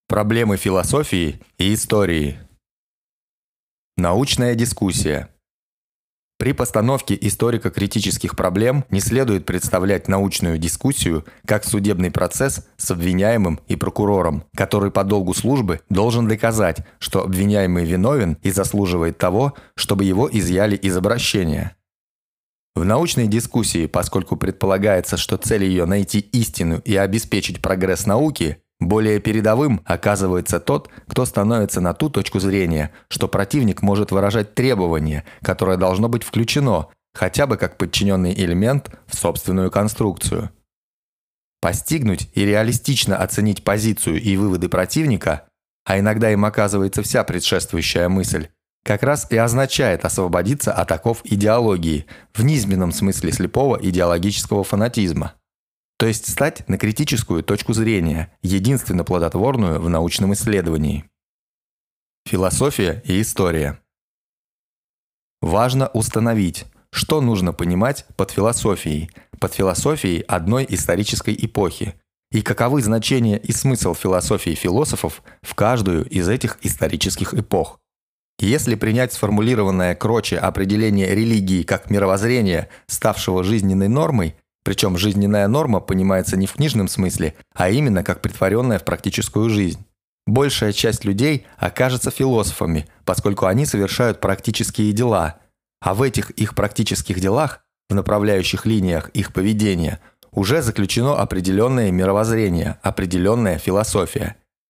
Проблемы философии и истории. Научная дискуссия. При постановке историко-критических проблем не следует представлять научную дискуссию как судебный процесс с обвиняемым и прокурором, который по долгу службы должен доказать, что обвиняемый виновен и заслуживает того, чтобы его изъяли из обращения. В научной дискуссии, поскольку предполагается, что цель ее найти истину и обеспечить прогресс науки, более передовым оказывается тот, кто становится на ту точку зрения, что противник может выражать требование, которое должно быть включено, хотя бы как подчиненный элемент в собственную конструкцию. Постигнуть и реалистично оценить позицию и выводы противника, а иногда им оказывается вся предшествующая мысль, как раз и означает освободиться от оков идеологии в низменном смысле слепого идеологического фанатизма. То есть стать на критическую точку зрения, единственно плодотворную в научном исследовании. Философия и история. Важно установить, что нужно понимать под философией одной исторической эпохи, и каковы значения и смысл философии философов в каждую из этих исторических эпох. Если принять сформулированное Кроче определение религии как мировоззрения, ставшего жизненной нормой, причем жизненная норма понимается не в книжном смысле, а именно как претворенная в практическую жизнь. Большая часть людей окажется философами, поскольку они совершают практические дела, а в этих их практических делах, в направляющих линиях их поведения, уже заключено определенное мировоззрение, определенная философия.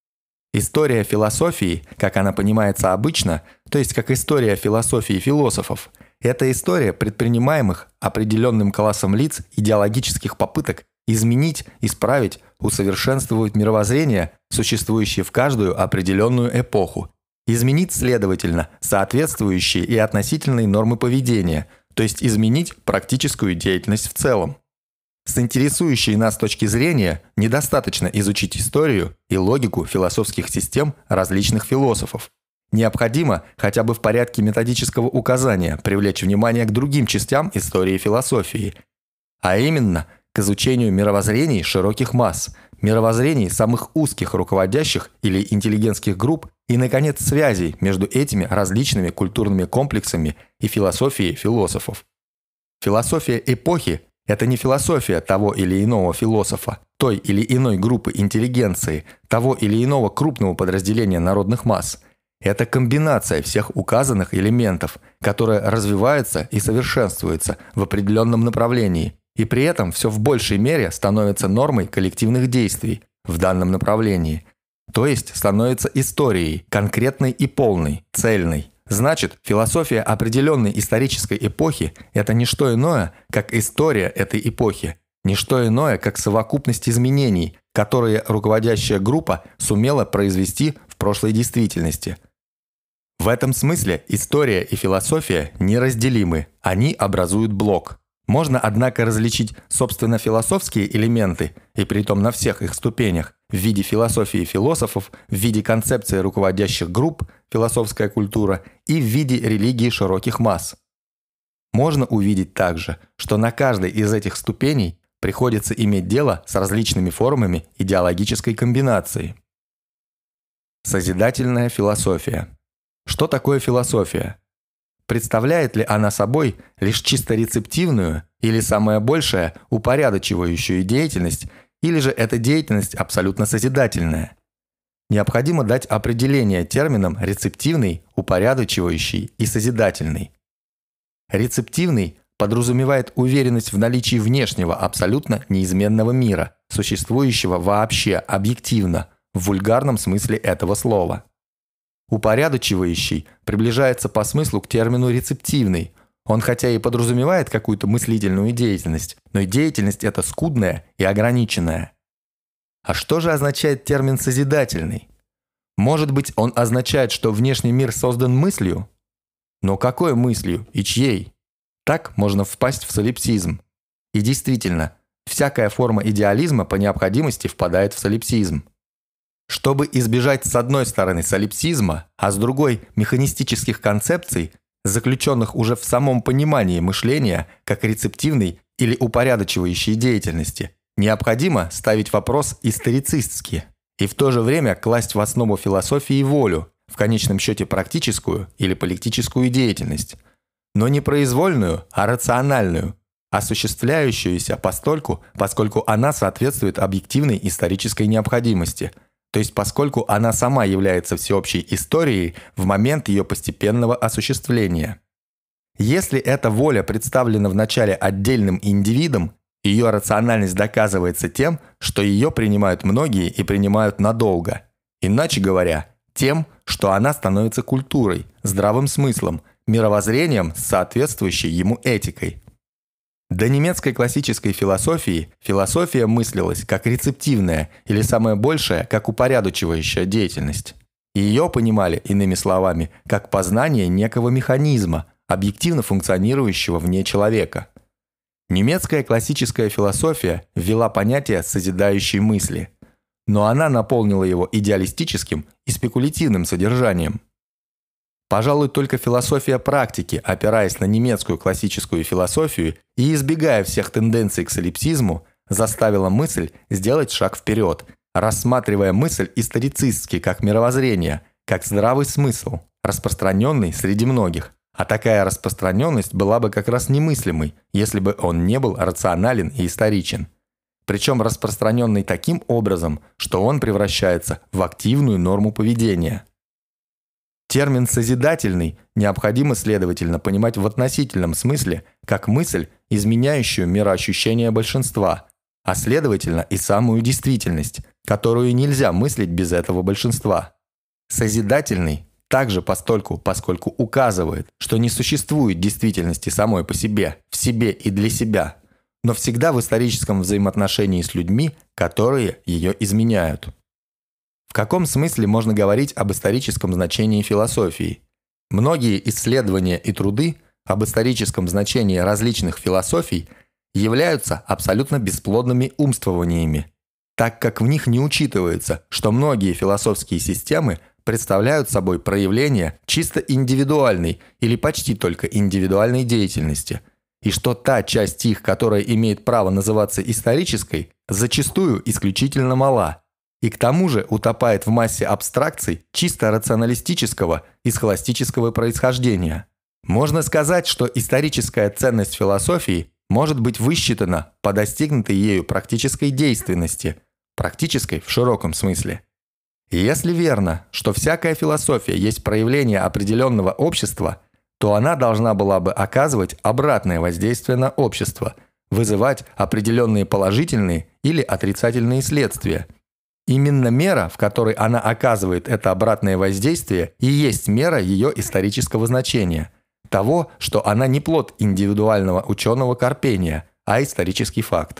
История философии, как она понимается обычно, то есть как история философии философов, это история предпринимаемых определенным классом лиц идеологических попыток изменить, исправить, усовершенствовать мировоззрение, существующее в каждую определенную эпоху, изменить, следовательно, соответствующие и относительные нормы поведения, то есть изменить практическую деятельность в целом. С интересующей нас точки зрения недостаточно изучить историю и логику философских систем различных философов. Необходимо хотя бы в порядке методического указания привлечь внимание к другим частям истории философии, а именно к изучению мировоззрений широких масс, мировоззрений самых узких руководящих или интеллигентских групп и, наконец, связей между этими различными культурными комплексами и философией философов. Философия эпохи – это не философия того или иного философа, той или иной группы интеллигенции, того или иного крупного подразделения народных масс. Это комбинация всех указанных элементов, которая развивается и совершенствуется в определенном направлении, и при этом все в большей мере становится нормой коллективных действий в данном направлении, то есть становится историей, конкретной и полной, цельной. Значит, философия определенной исторической эпохи – это не что иное, как история этой эпохи, не что иное, как совокупность изменений, которые руководящая группа сумела произвести в прошлой действительности. В этом смысле история и философия неразделимы, они образуют блок. Можно, однако, различить, собственно, философские элементы, и притом на всех их ступенях, в виде философии философов, в виде концепции руководящих групп, философская культура, и в виде религии широких масс. Можно увидеть также, что на каждой из этих ступеней приходится иметь дело с различными формами идеологической комбинации. Созидательная философия. Что такое философия? Представляет ли она собой лишь чисто рецептивную или, самое большее, упорядочивающую деятельность, или же эта деятельность абсолютно созидательная? Необходимо дать определение терминам рецептивный, упорядочивающий и созидательный. Рецептивный подразумевает уверенность в наличии внешнего абсолютно неизменного мира, существующего вообще объективно, в вульгарном смысле этого слова. Упорядочивающий приближается по смыслу к термину рецептивный. Он хотя и подразумевает какую-то мыслительную деятельность, но и деятельность эта скудная и ограниченная. А что же означает термин «созидательный»? Может быть, он означает, что внешний мир создан мыслью? Но какой мыслью и чьей? Так можно впасть в солипсизм. И действительно, всякая форма идеализма по необходимости впадает в солипсизм. Чтобы избежать с одной стороны солипсизма, а с другой механистических концепций, заключенных уже в самом понимании мышления как рецептивной или упорядочивающей деятельности, необходимо ставить вопрос историцистски. и в то же время класть в основу философии волю, в конечном счете практическую или политическую деятельность, но не произвольную, а рациональную, осуществляющуюся постольку, поскольку она соответствует объективной исторической необходимости, то есть поскольку она сама является всеобщей историей в момент ее постепенного осуществления. Если эта воля представлена вначале отдельным индивидом, ее рациональность доказывается тем, что ее принимают многие и принимают надолго. Иначе говоря, тем, что она становится культурой, здравым смыслом, мировоззрением с соответствующей ему этикой. До немецкой классической философии философия мыслилась как рецептивная или самое большее, как упорядочивающая деятельность. Ее понимали, иными словами, как познание некого механизма, объективно функционирующего вне человека. Немецкая классическая философия ввела понятие созидающей мысли, но она наполнила его идеалистическим и спекулятивным содержанием. Пожалуй, только философия практики, опираясь на немецкую классическую философию и избегая всех тенденций к солипсизму, заставила мысль сделать шаг вперед, рассматривая мысль историцистски как мировоззрение, как здравый смысл, распространенный среди многих. А такая распространенность была бы как раз немыслимой, если бы он не был рационален и историчен. Причем распространенный таким образом, что он превращается в активную норму поведения. Термин «созидательный» необходимо, следовательно, понимать в относительном смысле, как мысль, изменяющую мироощущение большинства, а следовательно и самую действительность, которую нельзя мыслить без этого большинства. Созидательный также поскольку указывает, что не существует действительности самой по себе, в себе и для себя, но всегда в историческом взаимоотношении с людьми, которые ее изменяют. В каком смысле можно говорить об историческом значении философии? Многие исследования и труды об историческом значении различных философий являются абсолютно бесплодными умствованиями, так как в них не учитывается, что многие философские системы представляют собой проявление чисто индивидуальной или почти только индивидуальной деятельности, и что та часть их, которая имеет право называться исторической, зачастую исключительно мала, и к тому же утопает в массе абстракций чисто рационалистического и схоластического происхождения. Можно сказать, что историческая ценность философии может быть высчитана по достигнутой ею практической действенности, практической в широком смысле. И если верно, что всякая философия есть проявление определенного общества, то она должна была бы оказывать обратное воздействие на общество, вызывать определенные положительные или отрицательные следствия. Именно мера, в которой она оказывает это обратное воздействие, и есть мера ее исторического значения, того, что она не плод индивидуального ученого корпения, а исторический факт.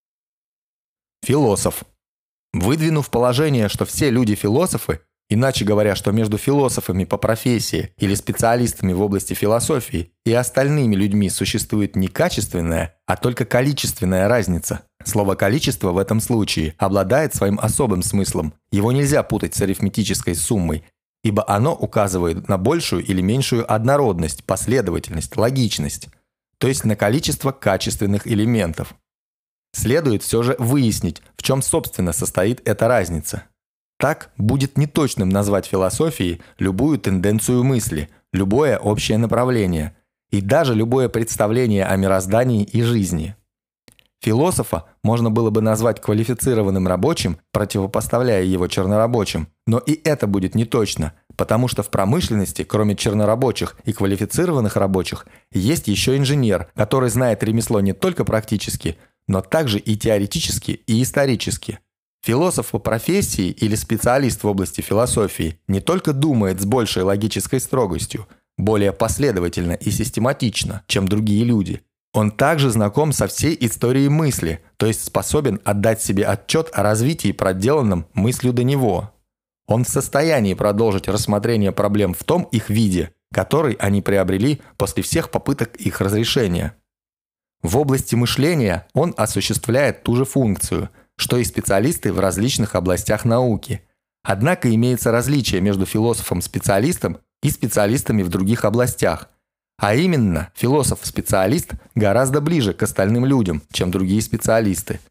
Философ. Выдвинув положение, что все люди философы, иначе говоря, что между философами по профессии или специалистами в области философии и остальными людьми существует не качественная, а только количественная разница. Слово «количество» в этом случае обладает своим особым смыслом, его нельзя путать с арифметической суммой, ибо оно указывает на большую или меньшую однородность, последовательность, логичность, то есть на количество качественных элементов. Следует все же выяснить, в чем собственно состоит эта разница. Так будет неточным назвать философией любую тенденцию мысли, любое общее направление и даже любое представление о мироздании и жизни. Философа можно было бы назвать квалифицированным рабочим, противопоставляя его чернорабочим, но и это будет неточно, потому что в промышленности, кроме чернорабочих и квалифицированных рабочих, есть еще инженер, который знает ремесло не только практически, но также и теоретически, и исторически. Философ по профессии или специалист в области философии не только думает с большей логической строгостью, более последовательно и систематично, чем другие люди. Он также знаком со всей историей мысли, то есть способен отдать себе отчет о развитии, проделанном мыслью до него. Он в состоянии продолжить рассмотрение проблем в том их виде, который они приобрели после всех попыток их разрешения. В области мышления он осуществляет ту же функцию, что и специалисты в различных областях науки. Однако имеется различие между философом-специалистом и специалистами в других областях. А именно, философ-специалист гораздо ближе к остальным людям, чем другие специалисты.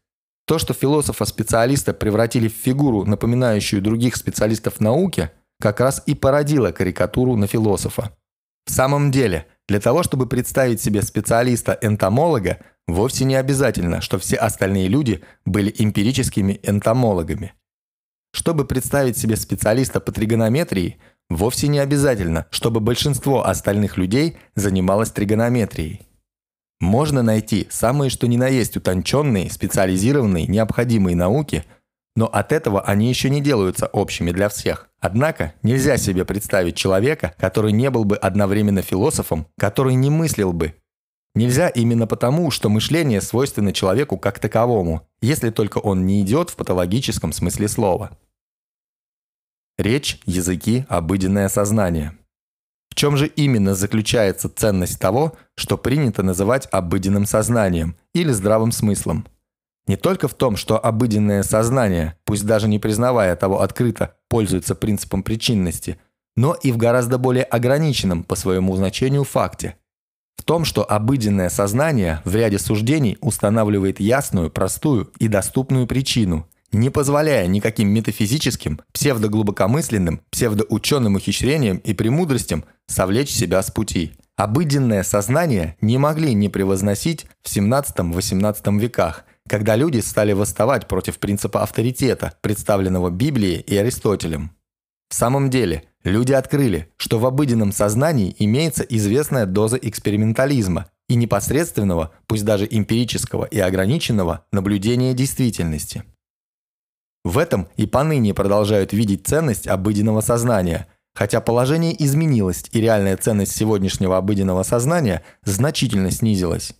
То, что философа-специалиста превратили в фигуру, напоминающую других специалистов в науке, как раз и породило карикатуру на философа. В самом деле, для того, чтобы представить себе специалиста-энтомолога, вовсе не обязательно, что все остальные люди были эмпирическими энтомологами. Чтобы представить себе специалиста по тригонометрии, вовсе не обязательно, чтобы большинство остальных людей занималось тригонометрией. Можно найти самые что ни на есть утонченные, специализированные, необходимые науки, но от этого они еще не делаются общими для всех. Однако нельзя себе представить человека, который не был бы одновременно философом, который не мыслил бы. Нельзя именно потому, что мышление свойственно человеку как таковому, если только он не идет в патологическом смысле слова. Речь, языки, обыденное сознание. В чем же именно заключается ценность того, что принято называть обыденным сознанием или здравым смыслом? Не только в том, что обыденное сознание, пусть даже не признавая того открыто, пользуется принципом причинности, но и в гораздо более ограниченном по своему значению факте. В том, что обыденное сознание в ряде суждений устанавливает ясную, простую и доступную причину, не позволяя никаким метафизическим, псевдоглубокомысленным, псевдоученым ухищрениям и премудростям совлечь себя с пути. Обыденное сознание не могли не превозносить в XVII-XVIII веках, когда люди стали восставать против принципа авторитета, представленного Библией и Аристотелем. В самом деле, люди открыли, что в обыденном сознании имеется известная доза экспериментализма и непосредственного, пусть даже эмпирического и ограниченного, наблюдения действительности. В этом и поныне продолжают видеть ценность обыденного сознания, хотя положение изменилось и реальная ценность сегодняшнего обыденного сознания значительно снизилась.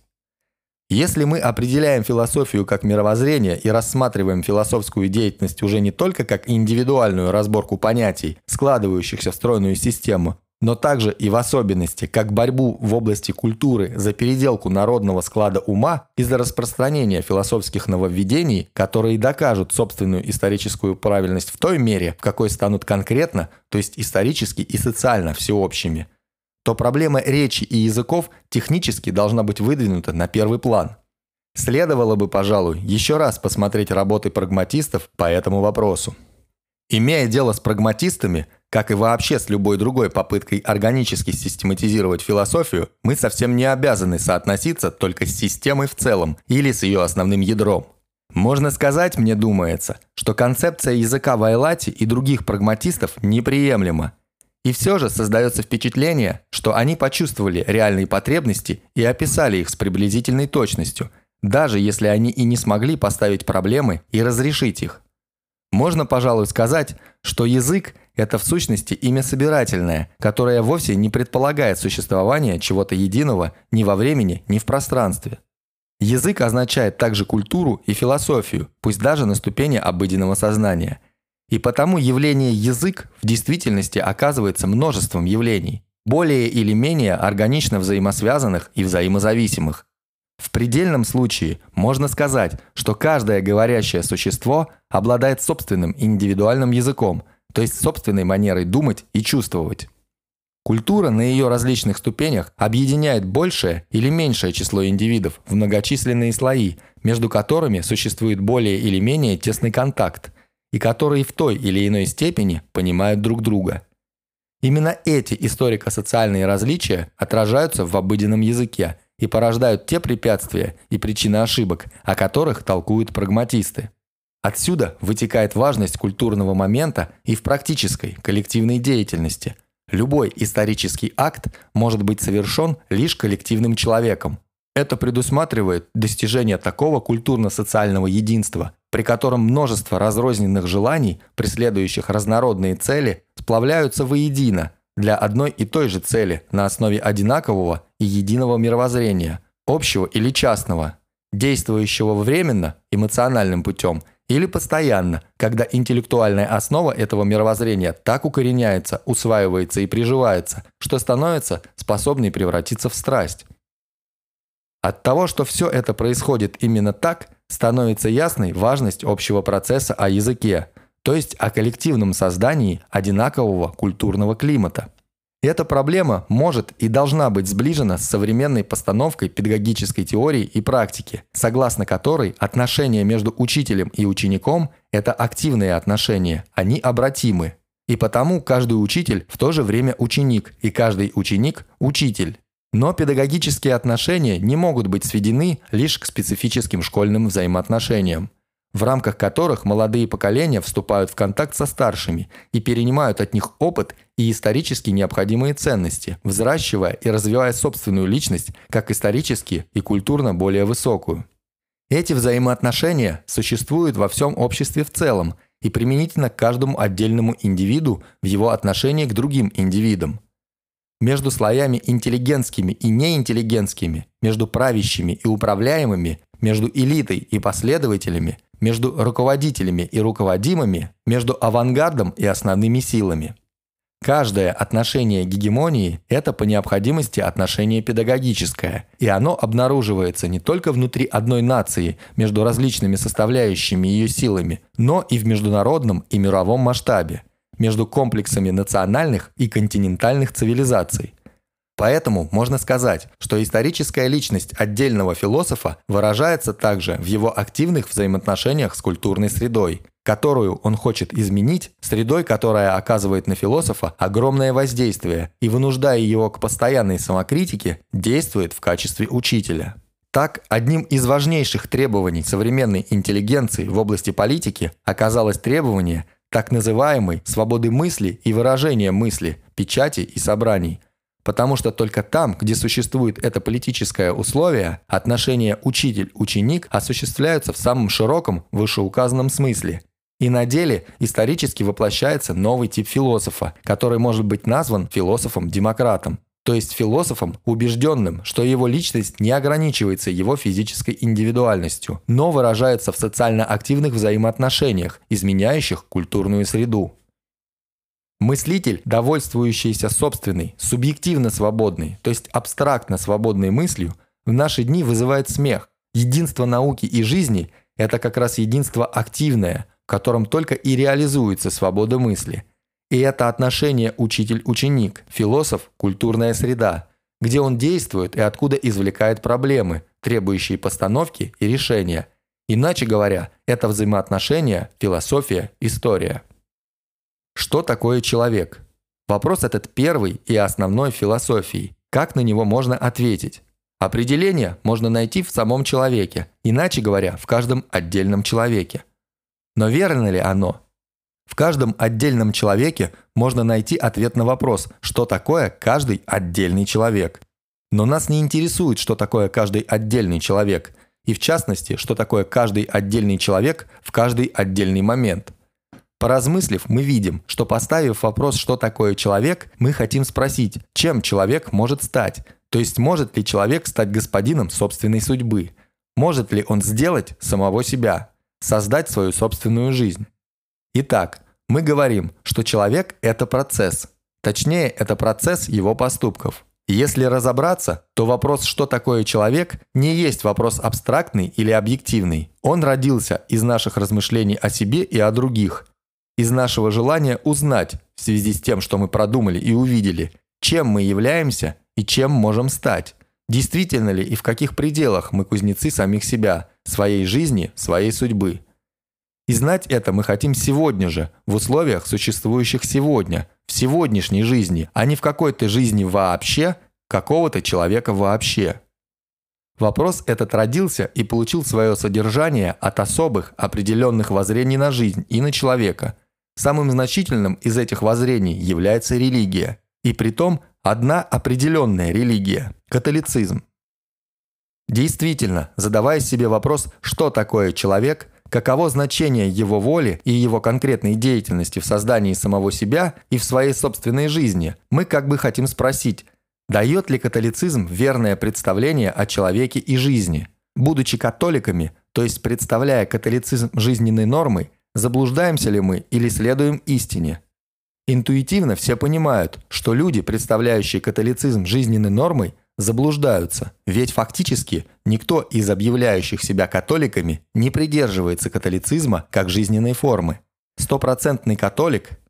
Если мы определяем философию как мировоззрение и рассматриваем философскую деятельность уже не только как индивидуальную разборку понятий, складывающихся в стройную систему, но также и в особенности как борьбу в области культуры за переделку народного склада ума и за распространение философских нововведений, которые докажут собственную историческую правильность в той мере, в какой станут конкретно, то есть исторически и социально всеобщими, то проблема речи и языков технически должна быть выдвинута на первый план. Следовало бы, пожалуй, еще раз посмотреть работы прагматистов по этому вопросу. Имея дело с прагматистами, как и вообще с любой другой попыткой органически систематизировать философию, мы совсем не обязаны соотноситься только с системой в целом или с ее основным ядром. Можно сказать, мне думается, что концепция языка Вайлати и других прагматистов неприемлема. И все же создается впечатление, что они почувствовали реальные потребности и описали их с приблизительной точностью, даже если они и не смогли поставить проблемы и разрешить их. Можно, пожалуй, сказать, что язык – это в сущности имя собирательное, которое вовсе не предполагает существование чего-то единого ни во времени, ни в пространстве. Язык означает также культуру и философию, пусть даже на ступени обыденного сознания. И потому явление «язык» в действительности оказывается множеством явлений, более или менее органично взаимосвязанных и взаимозависимых. В предельном случае можно сказать, что каждое говорящее существо обладает собственным индивидуальным языком, то есть собственной манерой думать и чувствовать. Культура на ее различных ступенях объединяет большее или меньшее число индивидов в многочисленные слои, между которыми существует более или менее тесный контакт, и которые в той или иной степени понимают друг друга. Именно эти историко-социальные различия отражаются в обыденном языке и порождают те препятствия и причины ошибок, о которых толкуют прагматисты. Отсюда вытекает важность культурного момента и в практической, коллективной деятельности. Любой исторический акт может быть совершен лишь коллективным человеком. Это предусматривает достижение такого культурно-социального единства, при котором множество разрозненных желаний, преследующих разнородные цели, сплавляются воедино для одной и той же цели на основе одинакового и единого мировоззрения, общего или частного, действующего временно, эмоциональным путем, или постоянно, когда интеллектуальная основа этого мировоззрения так укореняется, усваивается и приживается, что становится способной превратиться в страсть. От того, что все это происходит именно так, становится ясной важность общего процесса о языке, то есть о коллективном создании одинакового культурного климата. Эта проблема может и должна быть сближена с современной постановкой педагогической теории и практики, согласно которой отношения между учителем и учеником – это активные отношения, они обратимы. И потому каждый учитель в то же время ученик, и каждый ученик – учитель. Но педагогические отношения не могут быть сведены лишь к специфическим школьным взаимоотношениям, в рамках которых молодые поколения вступают в контакт со старшими и перенимают от них опыт и исторически необходимые ценности, взращивая и развивая собственную личность как исторически и культурно более высокую. Эти взаимоотношения существуют во всем обществе в целом и применительно к каждому отдельному индивиду в его отношении к другим индивидам. Между слоями интеллигентскими и неинтеллигентскими, между правящими и управляемыми, между элитой и последователями, между руководителями и руководимыми, между авангардом и основными силами. Каждое отношение гегемонии – это по необходимости отношение педагогическое, и оно обнаруживается не только внутри одной нации между различными составляющими ее силами, но и в международном и мировом масштабе, между комплексами национальных и континентальных цивилизаций. Поэтому можно сказать, что историческая личность отдельного философа выражается также в его активных взаимоотношениях с культурной средой, которую он хочет изменить, средой, которая оказывает на философа огромное воздействие и, вынуждая его к постоянной самокритике, действует в качестве учителя. Так, одним из важнейших требований современной интеллигенции в области политики оказалось требование так называемой свободы мысли и выражения мысли, печати и собраний. Потому что только там, где существует это политическое условие, отношения учитель-ученик осуществляются в самом широком вышеуказанном смысле. И на деле исторически воплощается новый тип философа, который может быть назван философом-демократом, то есть философом, убежденным, что его личность не ограничивается его физической индивидуальностью, но выражается в социально активных взаимоотношениях, изменяющих культурную среду. Мыслитель, довольствующийся собственной, субъективно свободной, то есть абстрактно свободной мыслью, в наши дни вызывает смех. Единство науки и жизни – это как раз единство активное, в котором только и реализуется свобода мысли. И это отношение учитель-ученик, философ – культурная среда, где он действует и откуда извлекает проблемы, требующие постановки и решения. Иначе говоря, это взаимоотношения, философия, история. Что такое человек? Вопрос этот первый и основной в философии. Как на него можно ответить? Определение можно найти в самом человеке, иначе говоря, в каждом отдельном человеке. Но верно ли оно? В каждом отдельном человеке можно найти ответ на вопрос, что такое каждый отдельный человек. Но нас не интересует, что такое каждый отдельный человек, и в частности, что такое каждый отдельный человек в каждый отдельный момент. Поразмыслив, мы видим, что поставив вопрос, что такое человек, мы хотим спросить, чем человек может стать, то есть может ли человек стать господином собственной судьбы, может ли он сделать самого себя, создать свою собственную жизнь. Итак, мы говорим, что человек – это процесс, точнее, это процесс его поступков. И если разобраться, то вопрос, что такое человек, не есть вопрос абстрактный или объективный. Он родился из наших размышлений о себе и о других, из нашего желания узнать, в связи с тем, что мы продумали и увидели, чем мы являемся и чем можем стать, действительно ли и в каких пределах мы кузнецы самих себя, своей жизни, своей судьбы. И знать это мы хотим сегодня же, в условиях, существующих сегодня, в сегодняшней жизни, а не в какой-то жизни вообще, какого-то человека вообще. Вопрос этот родился и получил свое содержание от особых, определенных воззрений на жизнь и на человека. Самым значительным из этих воззрений является религия, и притом одна определенная религия – католицизм. Действительно, задавая себе вопрос, что такое человек, каково значение его воли и его конкретной деятельности в создании самого себя и в своей собственной жизни, мы как бы хотим спросить, дает ли католицизм верное представление о человеке и жизни? Будучи католиками, то есть представляя католицизм жизненной нормой, заблуждаемся ли мы или следуем истине? Интуитивно все понимают, что люди, представляющие католицизм жизненной нормой, заблуждаются, ведь фактически никто из объявляющих себя католиками не придерживается католицизма как жизненной формы. Стопроцентный католик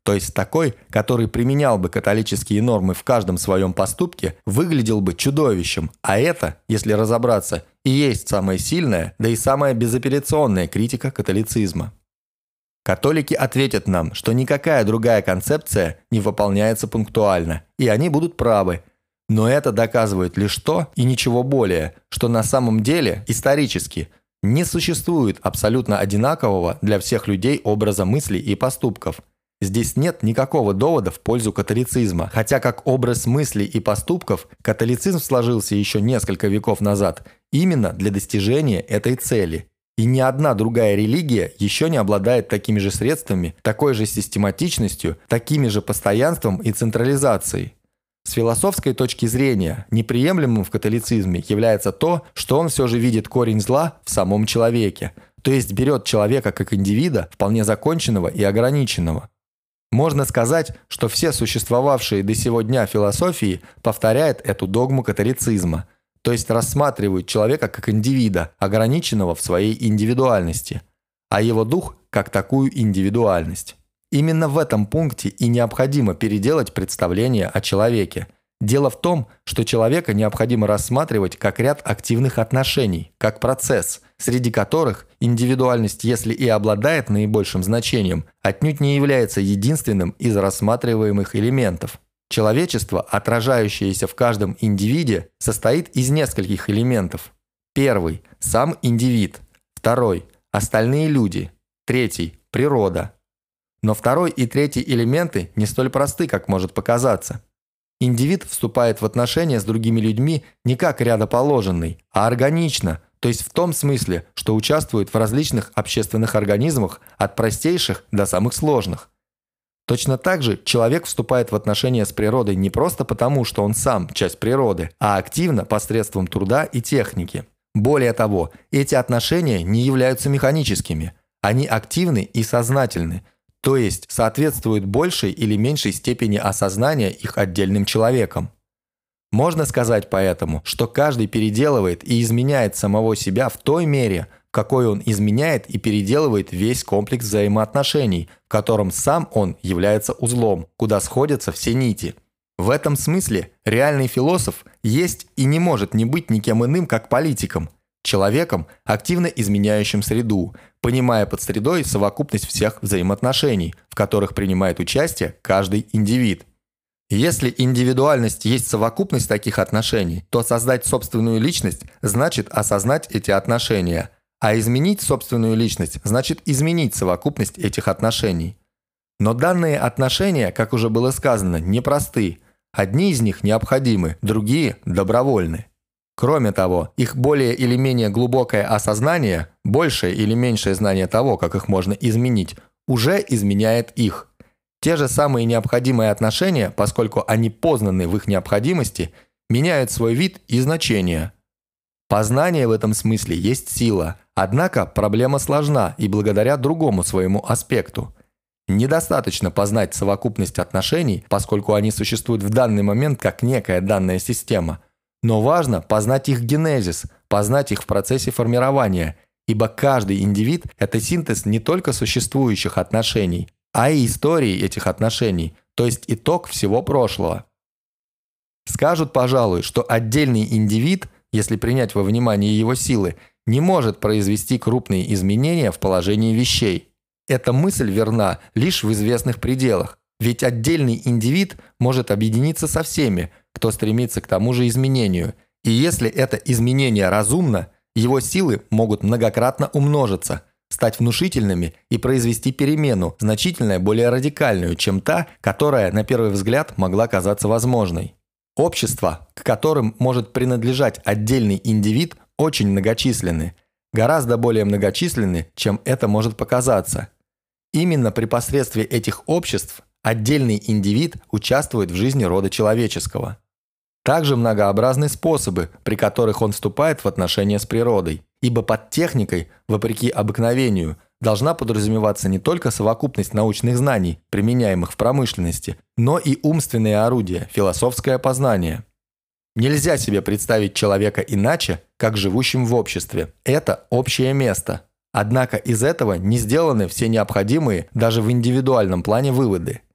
то есть такой, который применял бы католические нормы в каждом своем поступке, выглядел бы чудовищем, а это, если разобраться, и есть самая сильная, да и самая безапелляционная критика католицизма. Католики ответят нам, что никакая другая концепция не выполняется пунктуально, и они будут правы. Но это доказывает лишь то, и ничего более, что на самом деле, исторически, не существует абсолютно одинакового для всех людей образа мыслей и поступков. Здесь нет никакого довода в пользу католицизма, хотя как образ мыслей и поступков католицизм сложился еще несколько веков назад именно для достижения этой цели. И ни одна другая религия еще не обладает такими же средствами, такой же систематичностью, такими же постоянством и централизацией. С философской точки зрения неприемлемым в католицизме является то, что он все же видит корень зла в самом человеке, то есть берет человека как индивида, вполне законченного и ограниченного. Можно сказать, что все существовавшие до сего дня философии повторяют эту догму католицизма, то есть рассматривают человека как индивида, ограниченного в своей индивидуальности, а его дух как такую индивидуальность. Именно в этом пункте и необходимо переделать представление о человеке. Дело в том, что человека необходимо рассматривать как ряд активных отношений, как процесс, среди которых индивидуальность, если и обладает наибольшим значением, отнюдь не является единственным из рассматриваемых элементов. Человечество, отражающееся в каждом индивиде, состоит из нескольких элементов. Первый – сам индивид. Второй – остальные люди. Третий – природа. Но второй и третий элементы не столь просты, как может показаться. Индивид вступает в отношения с другими людьми не как рядоположенный, а органично, то есть в том смысле, что участвует в различных общественных организмах от простейших до самых сложных. Точно так же человек вступает в отношения с природой не просто потому, что он сам часть природы, а активно посредством труда и техники. Более того, эти отношения не являются механическими, они активны и сознательны, то есть соответствуют большей или меньшей степени осознания их отдельным человеком. Можно сказать поэтому, что каждый переделывает и изменяет самого себя в той мере, в какой он изменяет и переделывает весь комплекс взаимоотношений, в котором сам он является узлом, куда сходятся все нити. В этом смысле реальный философ есть и не может не быть никем иным, как политиком, человеком, активно изменяющим среду, понимая под средой совокупность всех взаимоотношений, в которых принимает участие каждый индивид. Если индивидуальность есть совокупность таких отношений, то создать собственную личность значит осознать эти отношения, а изменить собственную личность значит изменить совокупность этих отношений. Но данные отношения, как уже было сказано, непросты. Одни из них необходимы, другие – добровольны. Кроме того, их более или менее глубокое осознание, большее или меньшее знание того, как их можно изменить, уже изменяет их. Те же самые необходимые отношения, поскольку они познаны в их необходимости, меняют свой вид и значение. Познание в этом смысле есть сила, однако проблема сложна и благодаря другому своему аспекту. Недостаточно познать совокупность отношений, поскольку они существуют в данный момент как некая данная система. Но важно познать их генезис, познать их в процессе формирования, ибо каждый индивид – это синтез не только существующих отношений, а и истории этих отношений, то есть итог всего прошлого. Скажут, пожалуй, что отдельный индивид, если принять во внимание его силы, не может произвести крупные изменения в положении вещей. Эта мысль верна лишь в известных пределах, ведь отдельный индивид может объединиться со всеми, кто стремится к тому же изменению, и если это изменение разумно, его силы могут многократно умножиться, стать внушительными и произвести перемену, значительно более радикальную, чем та, которая, на первый взгляд, могла казаться возможной. Общества, к которым может принадлежать отдельный индивид, очень многочисленны, гораздо более многочисленны, чем это может показаться. Именно при посредстве этих обществ отдельный индивид участвует в жизни рода человеческого. Также многообразны способы, при которых он вступает в отношения с природой, ибо под техникой, вопреки обыкновению, должна подразумеваться не только совокупность научных знаний, применяемых в промышленности, но и умственные орудия, философское познание. Нельзя себе представить человека иначе, как живущим в обществе. Это общее место. Однако из этого не сделаны все необходимые даже в индивидуальном плане выводы.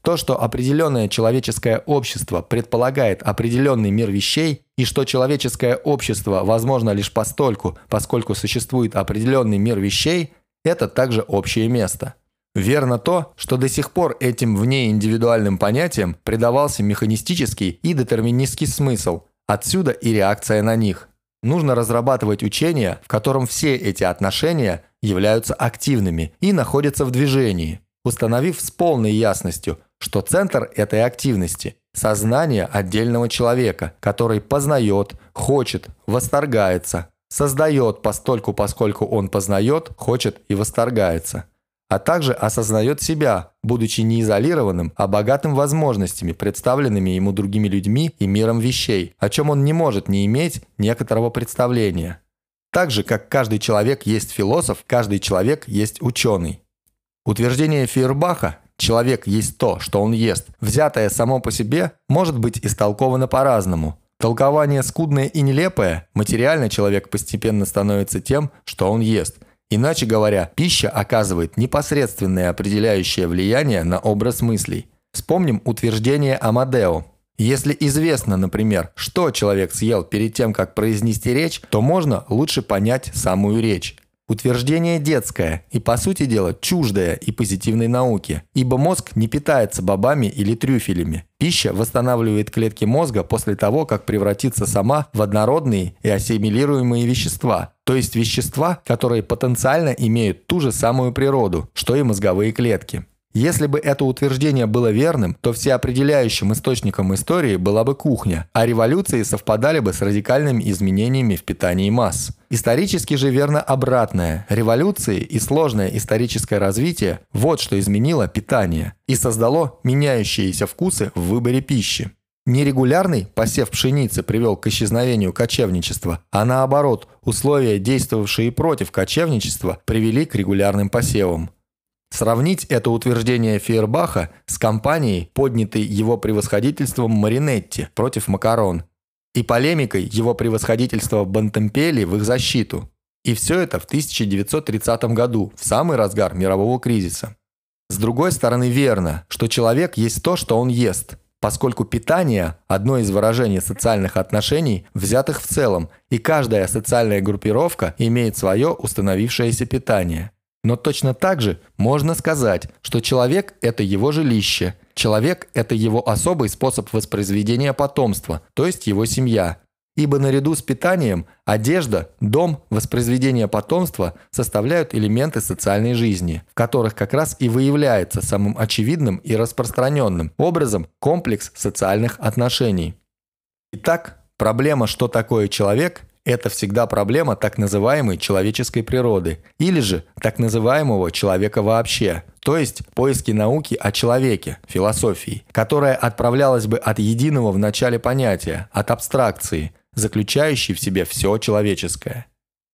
То, что определенное человеческое общество предполагает определенный мир вещей, и что человеческое общество возможно лишь постольку, поскольку существует определенный мир вещей, это также общее место. Верно то, что до сих пор этим внеиндивидуальным понятиям придавался механистический и детерминистский смысл, отсюда и реакция на них. Нужно разрабатывать учение, в котором все эти отношения являются активными и находятся в движении, установив с полной ясностью, что центр этой активности – сознание отдельного человека, который познает, хочет, восторгается, создает постольку, поскольку он познает, хочет и восторгается, а также осознает себя, будучи не изолированным, а богатым возможностями, представленными ему другими людьми и миром вещей, о чем он не может не иметь некоторого представления. Так же, как каждый человек есть философ, каждый человек есть ученый. Утверждение Фейербаха «человек есть то, что он ест», взятое само по себе, может быть истолковано по-разному. Толкование скудное и нелепое, материально человек постепенно становится тем, что он ест. Иначе говоря, пища оказывает непосредственное определяющее влияние на образ мыслей. Вспомним утверждение Амадео. Если известно, например, что человек съел перед тем, как произнести речь, то можно лучше понять самую речь. Утверждение детское и, по сути дела, чуждое и позитивной науке, ибо мозг не питается бобами или трюфелями. Пища восстанавливает клетки мозга после того, как превратится сама в однородные и ассимилируемые вещества, то есть вещества, которые потенциально имеют ту же самую природу, что и мозговые клетки. Если бы это утверждение было верным, то всеопределяющим источником истории была бы кухня, а революции совпадали бы с радикальными изменениями в питании масс. Исторически же верно обратное. Революции и сложное историческое развитие – вот что изменило питание и создало меняющиеся вкусы в выборе пищи. Нерегулярный посев пшеницы привел к исчезновению кочевничества, а наоборот, условия, действовавшие против кочевничества, привели к регулярным посевам. Сравнить это утверждение Фейербаха с кампанией, поднятой его превосходительством Маринетти против Макарон, и полемикой его превосходительства Бонтемпелли в их защиту. И все это в 1930 году, в самый разгар мирового кризиса. С другой стороны, верно, что человек есть то, что он ест, поскольку питание – одно из выражений социальных отношений, взятых в целом, и каждая социальная группировка имеет свое установившееся питание. Но точно так же можно сказать, что человек – это его жилище, человек – это его особый способ воспроизведения потомства, то есть его семья. Ибо наряду с питанием одежда, дом, воспроизведение потомства составляют элементы социальной жизни, в которых как раз и выявляется самым очевидным и распространенным образом комплекс социальных отношений. Итак, проблема «что такое человек?» – это всегда проблема так называемой человеческой природы, или же так называемого человека вообще, то есть поиски науки о человеке, философии, которая отправлялась бы от единого в начале понятия, от абстракции, заключающей в себе все человеческое.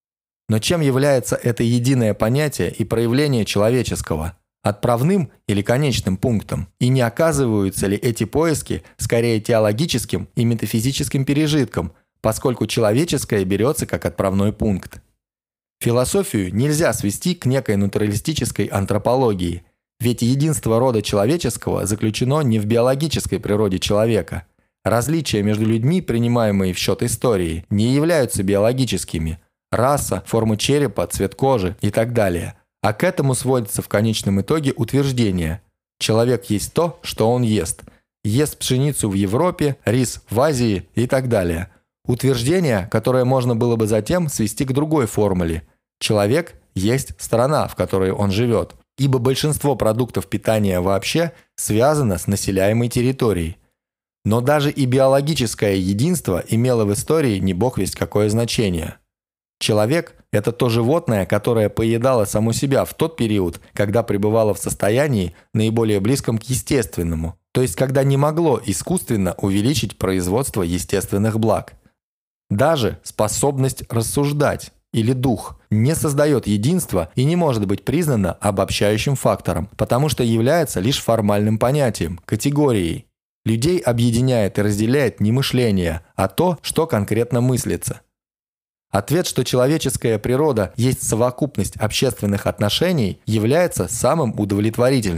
Но чем является это единое понятие и проявление человеческого? Отправным или конечным пунктом? И не оказываются ли эти поиски скорее теологическим и метафизическим пережитком, поскольку человеческое берется как отправной пункт? Философию нельзя свести к некой натуралистической антропологии, ведь единство рода человеческого заключено не в биологической природе человека. Различия между людьми, принимаемые в счет истории, не являются биологическими – раса, форма черепа, цвет кожи и так далее. А к этому сводится в конечном итоге утверждение: человек есть то, что он ест. Ест пшеницу в Европе, рис в Азии и так далее. Утверждение, которое можно было бы затем свести к другой формуле: человек есть страна, в которой он живет, ибо большинство продуктов питания вообще связано с населяемой территорией. Но даже и биологическое единство имело в истории не бог весть какое значение. Человек – это то животное, которое поедало само себя в тот период, когда пребывало в состоянии, наиболее близком к естественному, то есть когда не могло искусственно увеличить производство естественных благ. Даже способность рассуждать или дух не создает единства и не может быть признана обобщающим фактором, потому что является лишь формальным понятием, категорией. Людей объединяет и разделяет не мышление, а то, что конкретно мыслится. Ответ, что человеческая природа есть совокупность общественных отношений, является самым удовлетворительным.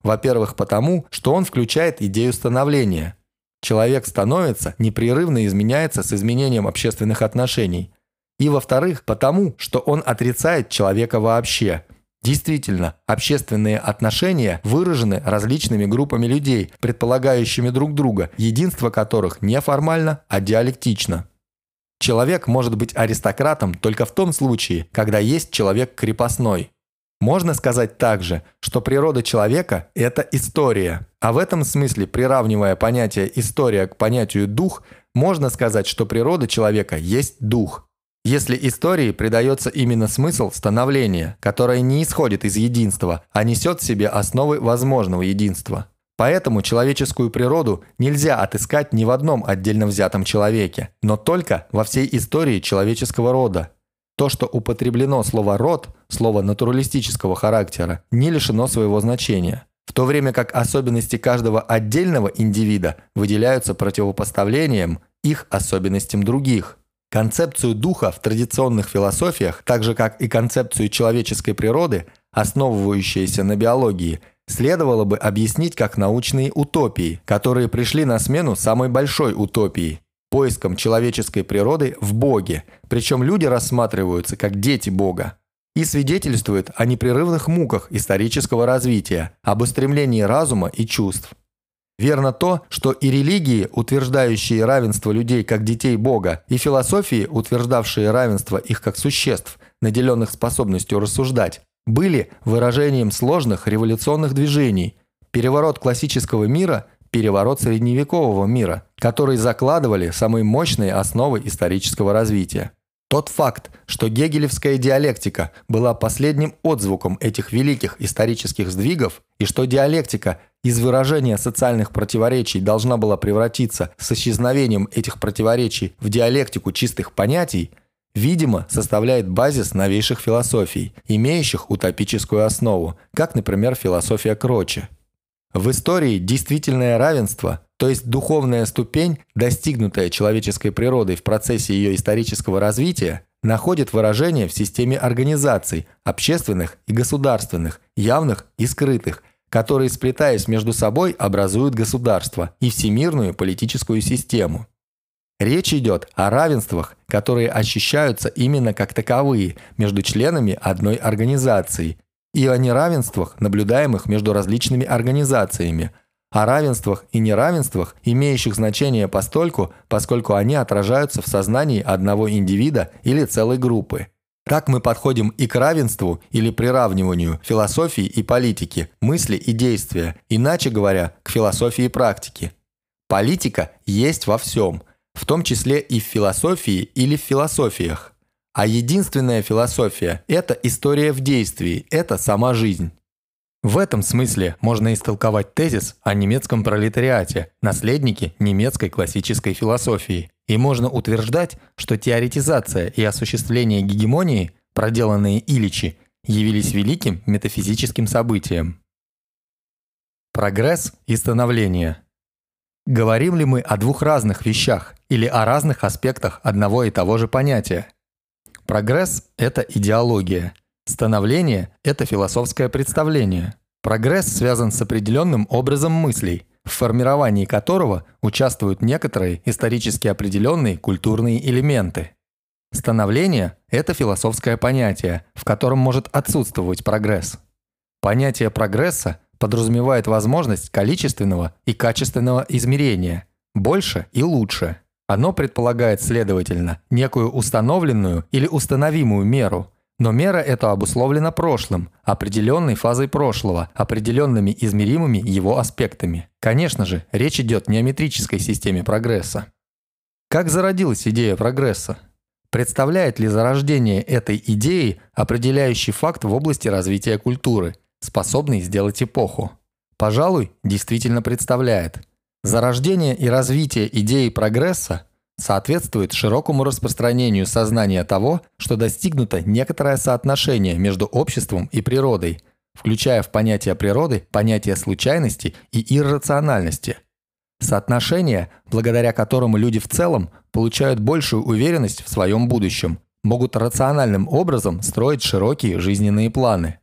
Во-первых, потому, что он включает идею становления. Человек становится, непрерывно изменяется с изменением общественных отношений. И во-вторых, потому, что он отрицает человека вообще. Действительно, общественные отношения выражены различными группами людей, предполагающими друг друга, единство которых не формально, а диалектично. Человек может быть аристократом только в том случае, когда есть человек крепостной. Можно сказать также, что природа человека – это история. А в этом смысле, приравнивая понятие «история» к понятию «дух», можно сказать, что природа человека есть дух. Если истории придается именно смысл становления, которое не исходит из единства, а несет в себе основы возможного единства. Поэтому человеческую природу нельзя отыскать ни в одном отдельно взятом человеке, но только во всей истории человеческого рода. То, что употреблено слово «род», слово натуралистического характера, не лишено своего значения, в то время как особенности каждого отдельного индивида выделяются противопоставлением их особенностям других. Концепцию духа в традиционных философиях, так же как и концепцию человеческой природы, основывающуюся на биологии, следовало бы объяснить как научные утопии, которые пришли на смену самой большой утопии – поиском человеческой природы в Боге, причем люди рассматриваются как дети Бога, и свидетельствует о непрерывных муках исторического развития, об устремлении разума и чувств. Верно то, что и религии, утверждающие равенство людей как детей Бога, и философии, утверждавшие равенство их как существ, наделенных способностью рассуждать, были выражением сложных революционных движений, переворот классического мира – переворот средневекового мира, которые закладывали самые мощные основы исторического развития. Тот факт, что гегелевская диалектика была последним отзвуком этих великих исторических сдвигов, и что диалектика из выражения социальных противоречий должна была превратиться с исчезновением этих противоречий в диалектику чистых понятий, видимо, составляет базис новейших философий, имеющих утопическую основу, как, например, философия Кроче. В истории действительное равенство, то есть духовная ступень, достигнутая человеческой природой в процессе ее исторического развития, находит выражение в системе организаций, общественных и государственных, явных и скрытых, которые, сплетаясь между собой, образуют государство и всемирную политическую систему. Речь идет о равенствах, которые ощущаются именно как таковые между членами одной организации, и о неравенствах, наблюдаемых между различными организациями, о равенствах и неравенствах, имеющих значение постольку, поскольку они отражаются в сознании одного индивида или целой группы. Так мы подходим и к равенству или приравниванию философии и политики, мысли и действия, иначе говоря, к философии и практике. Политика есть во всем, в том числе и в философии или в философиях. А единственная философия – это история в действии, это сама жизнь. В этом смысле можно истолковать тезис о немецком пролетариате, наследнике немецкой классической философии. И можно утверждать, что теоретизация и осуществление гегемонии, проделанные Ильичи, явились великим метафизическим событием. Прогресс и становление. Говорим ли мы о двух разных вещах или о разных аспектах одного и того же понятия? Прогресс – это идеология. Становление – это философское представление. Прогресс связан с определенным образом мыслей, в формировании которого участвуют некоторые исторически определенные культурные элементы. Становление – это философское понятие, в котором может отсутствовать прогресс. Понятие прогресса подразумевает возможность количественного и качественного измерения, больше и лучше. Оно предполагает, следовательно, некую установленную или установимую меру, но мера эта обусловлена прошлым, определенной фазой прошлого, определенными измеримыми его аспектами. Конечно же, речь идет не о метрической системе прогресса. Как зародилась идея прогресса? Представляет ли зарождение этой идеи определяющий факт в области развития культуры, способный сделать эпоху? Пожалуй, действительно представляет. Зарождение и развитие идеи прогресса соответствует широкому распространению сознания того, что достигнуто некоторое соотношение между обществом и природой, включая в понятие природы понятие случайности и иррациональности. Соотношение, благодаря которому люди в целом получают большую уверенность в своем будущем, могут рациональным образом строить широкие жизненные планы.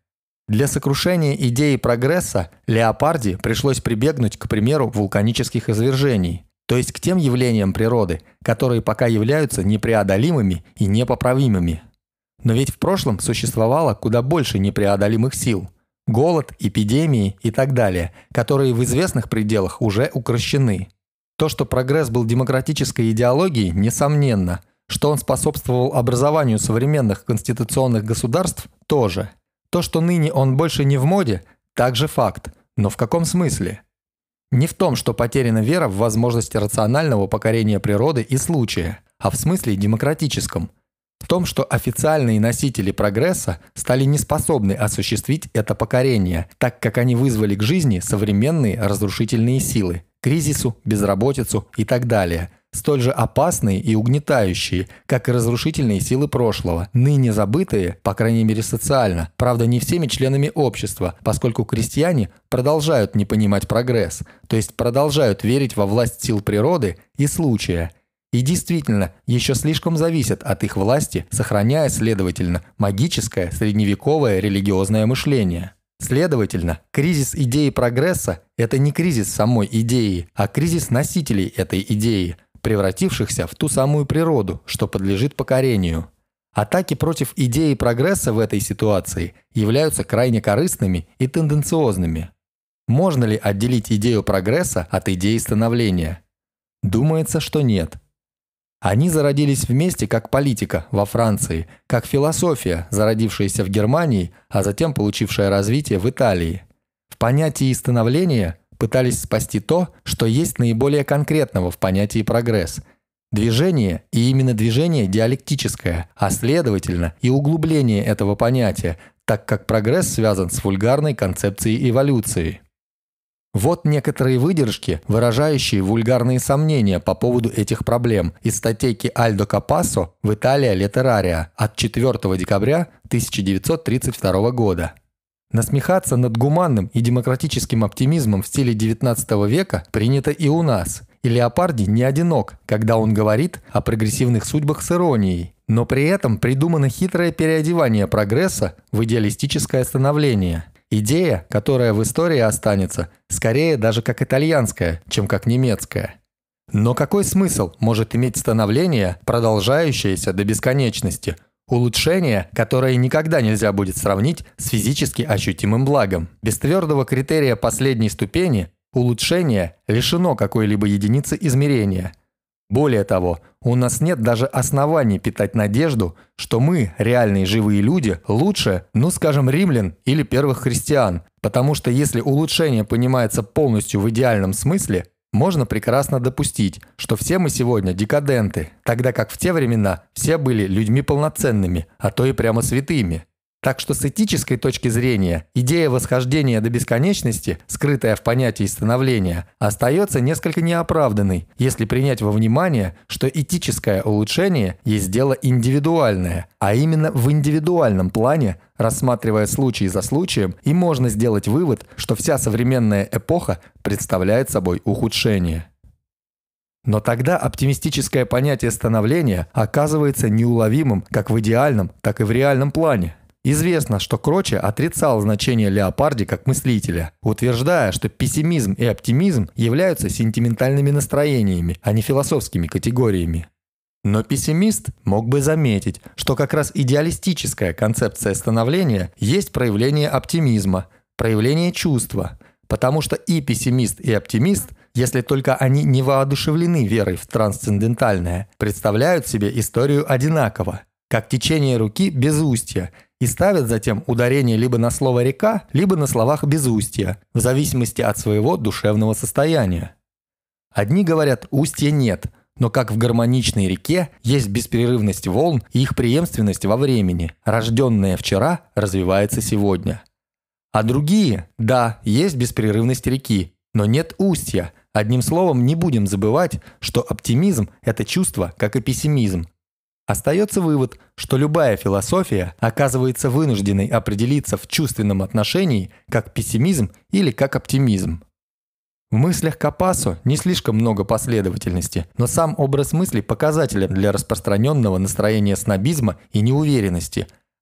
Для сокрушения идеи прогресса Леопарди пришлось прибегнуть к примеру вулканических извержений, то есть к тем явлениям природы, которые пока являются непреодолимыми и непоправимыми. Но ведь в прошлом существовало куда больше непреодолимых сил – голод, эпидемии и так далее, которые в известных пределах уже укрощены. То, что прогресс был демократической идеологией, несомненно. Что он способствовал образованию современных конституционных государств – тоже. То, что ныне он больше не в моде – также факт. Но в каком смысле? Не в том, что потеряна вера в возможности рационального покорения природы и случая, а в смысле демократическом. В том, что официальные носители прогресса стали неспособны осуществить это покорение, так как они вызвали к жизни современные разрушительные силы – кризису, безработицу и так далее – столь же опасные и угнетающие, как и разрушительные силы прошлого, ныне забытые, по крайней мере социально, правда не всеми членами общества, поскольку крестьяне продолжают не понимать прогресс, то есть продолжают верить во власть сил природы и случая. И действительно, еще слишком зависят от их власти, сохраняя, следовательно, магическое средневековое религиозное мышление. Следовательно, кризис идеи прогресса – это не кризис самой идеи, а кризис носителей этой идеи, превратившихся в ту самую природу, что подлежит покорению. Атаки против идеи прогресса в этой ситуации являются крайне корыстными и тенденциозными. Можно ли отделить идею прогресса от идеи становления? Думается, что нет. Они зародились вместе как политика во Франции, как философия, зародившаяся в Германии, а затем получившая развитие в Италии. В понятии становления пытались спасти то, что есть наиболее конкретного в понятии прогресс. Движение, и именно движение диалектическое, а следовательно и углубление этого понятия, так как прогресс связан с вульгарной концепцией эволюции. Вот некоторые выдержки, выражающие вульгарные сомнения по поводу этих проблем из статейки Альдо Капассо в Italia Letteraria от 4 декабря 1932 года. Насмехаться над гуманным и демократическим оптимизмом в стиле XIX века принято и у нас. И Леопарди не одинок, когда он говорит о прогрессивных судьбах с иронией. Но при этом придумано хитрое переодевание прогресса в идеалистическое становление. Идея, которая в истории останется, скорее даже как итальянская, чем как немецкая. Но какой смысл может иметь становление, продолжающееся до бесконечности? Улучшение, которое никогда нельзя будет сравнить с физически ощутимым благом. Без твердого критерия последней ступени улучшение лишено какой-либо единицы измерения. Более того, у нас нет даже оснований питать надежду, что мы, реальные живые люди, лучше, скажем, римлян или первых христиан, потому что если улучшение понимается полностью в идеальном смысле, можно прекрасно допустить, что все мы сегодня декаденты, тогда как в те времена все были людьми полноценными, а то и прямо святыми. Так что с этической точки зрения идея восхождения до бесконечности, скрытая в понятии становления, остается несколько неоправданной, если принять во внимание, что этическое улучшение есть дело индивидуальное, а именно в индивидуальном плане, рассматривая случай за случаем, и можно сделать вывод, что вся современная эпоха представляет собой ухудшение. Но тогда оптимистическое понятие становления оказывается неуловимым как в идеальном, так и в реальном плане. Известно, что Кроче отрицал значение Леопарди как мыслителя, утверждая, что пессимизм и оптимизм являются сентиментальными настроениями, а не философскими категориями. Но пессимист мог бы заметить, что как раз идеалистическая концепция становления есть проявление оптимизма, проявление чувства, потому что и пессимист, и оптимист, если только они не воодушевлены верой в трансцендентальное, представляют себе историю одинаково, как течение руки без устья, и ставят затем ударение либо на слово «река», либо на словах без устья, в зависимости от своего душевного состояния. Одни говорят «устья нет», но как в гармоничной реке есть беспрерывность волн и их преемственность во времени, рожденная вчера развивается сегодня. А другие – да, есть беспрерывность реки, но нет устья. Одним словом, не будем забывать, что оптимизм – это чувство, как и пессимизм. Остается вывод, что любая философия оказывается вынужденной определиться в чувственном отношении как пессимизм или как оптимизм. В мыслях Капассо не слишком много последовательности, но сам образ мысли показателен для распространенного настроения снобизма и неуверенности,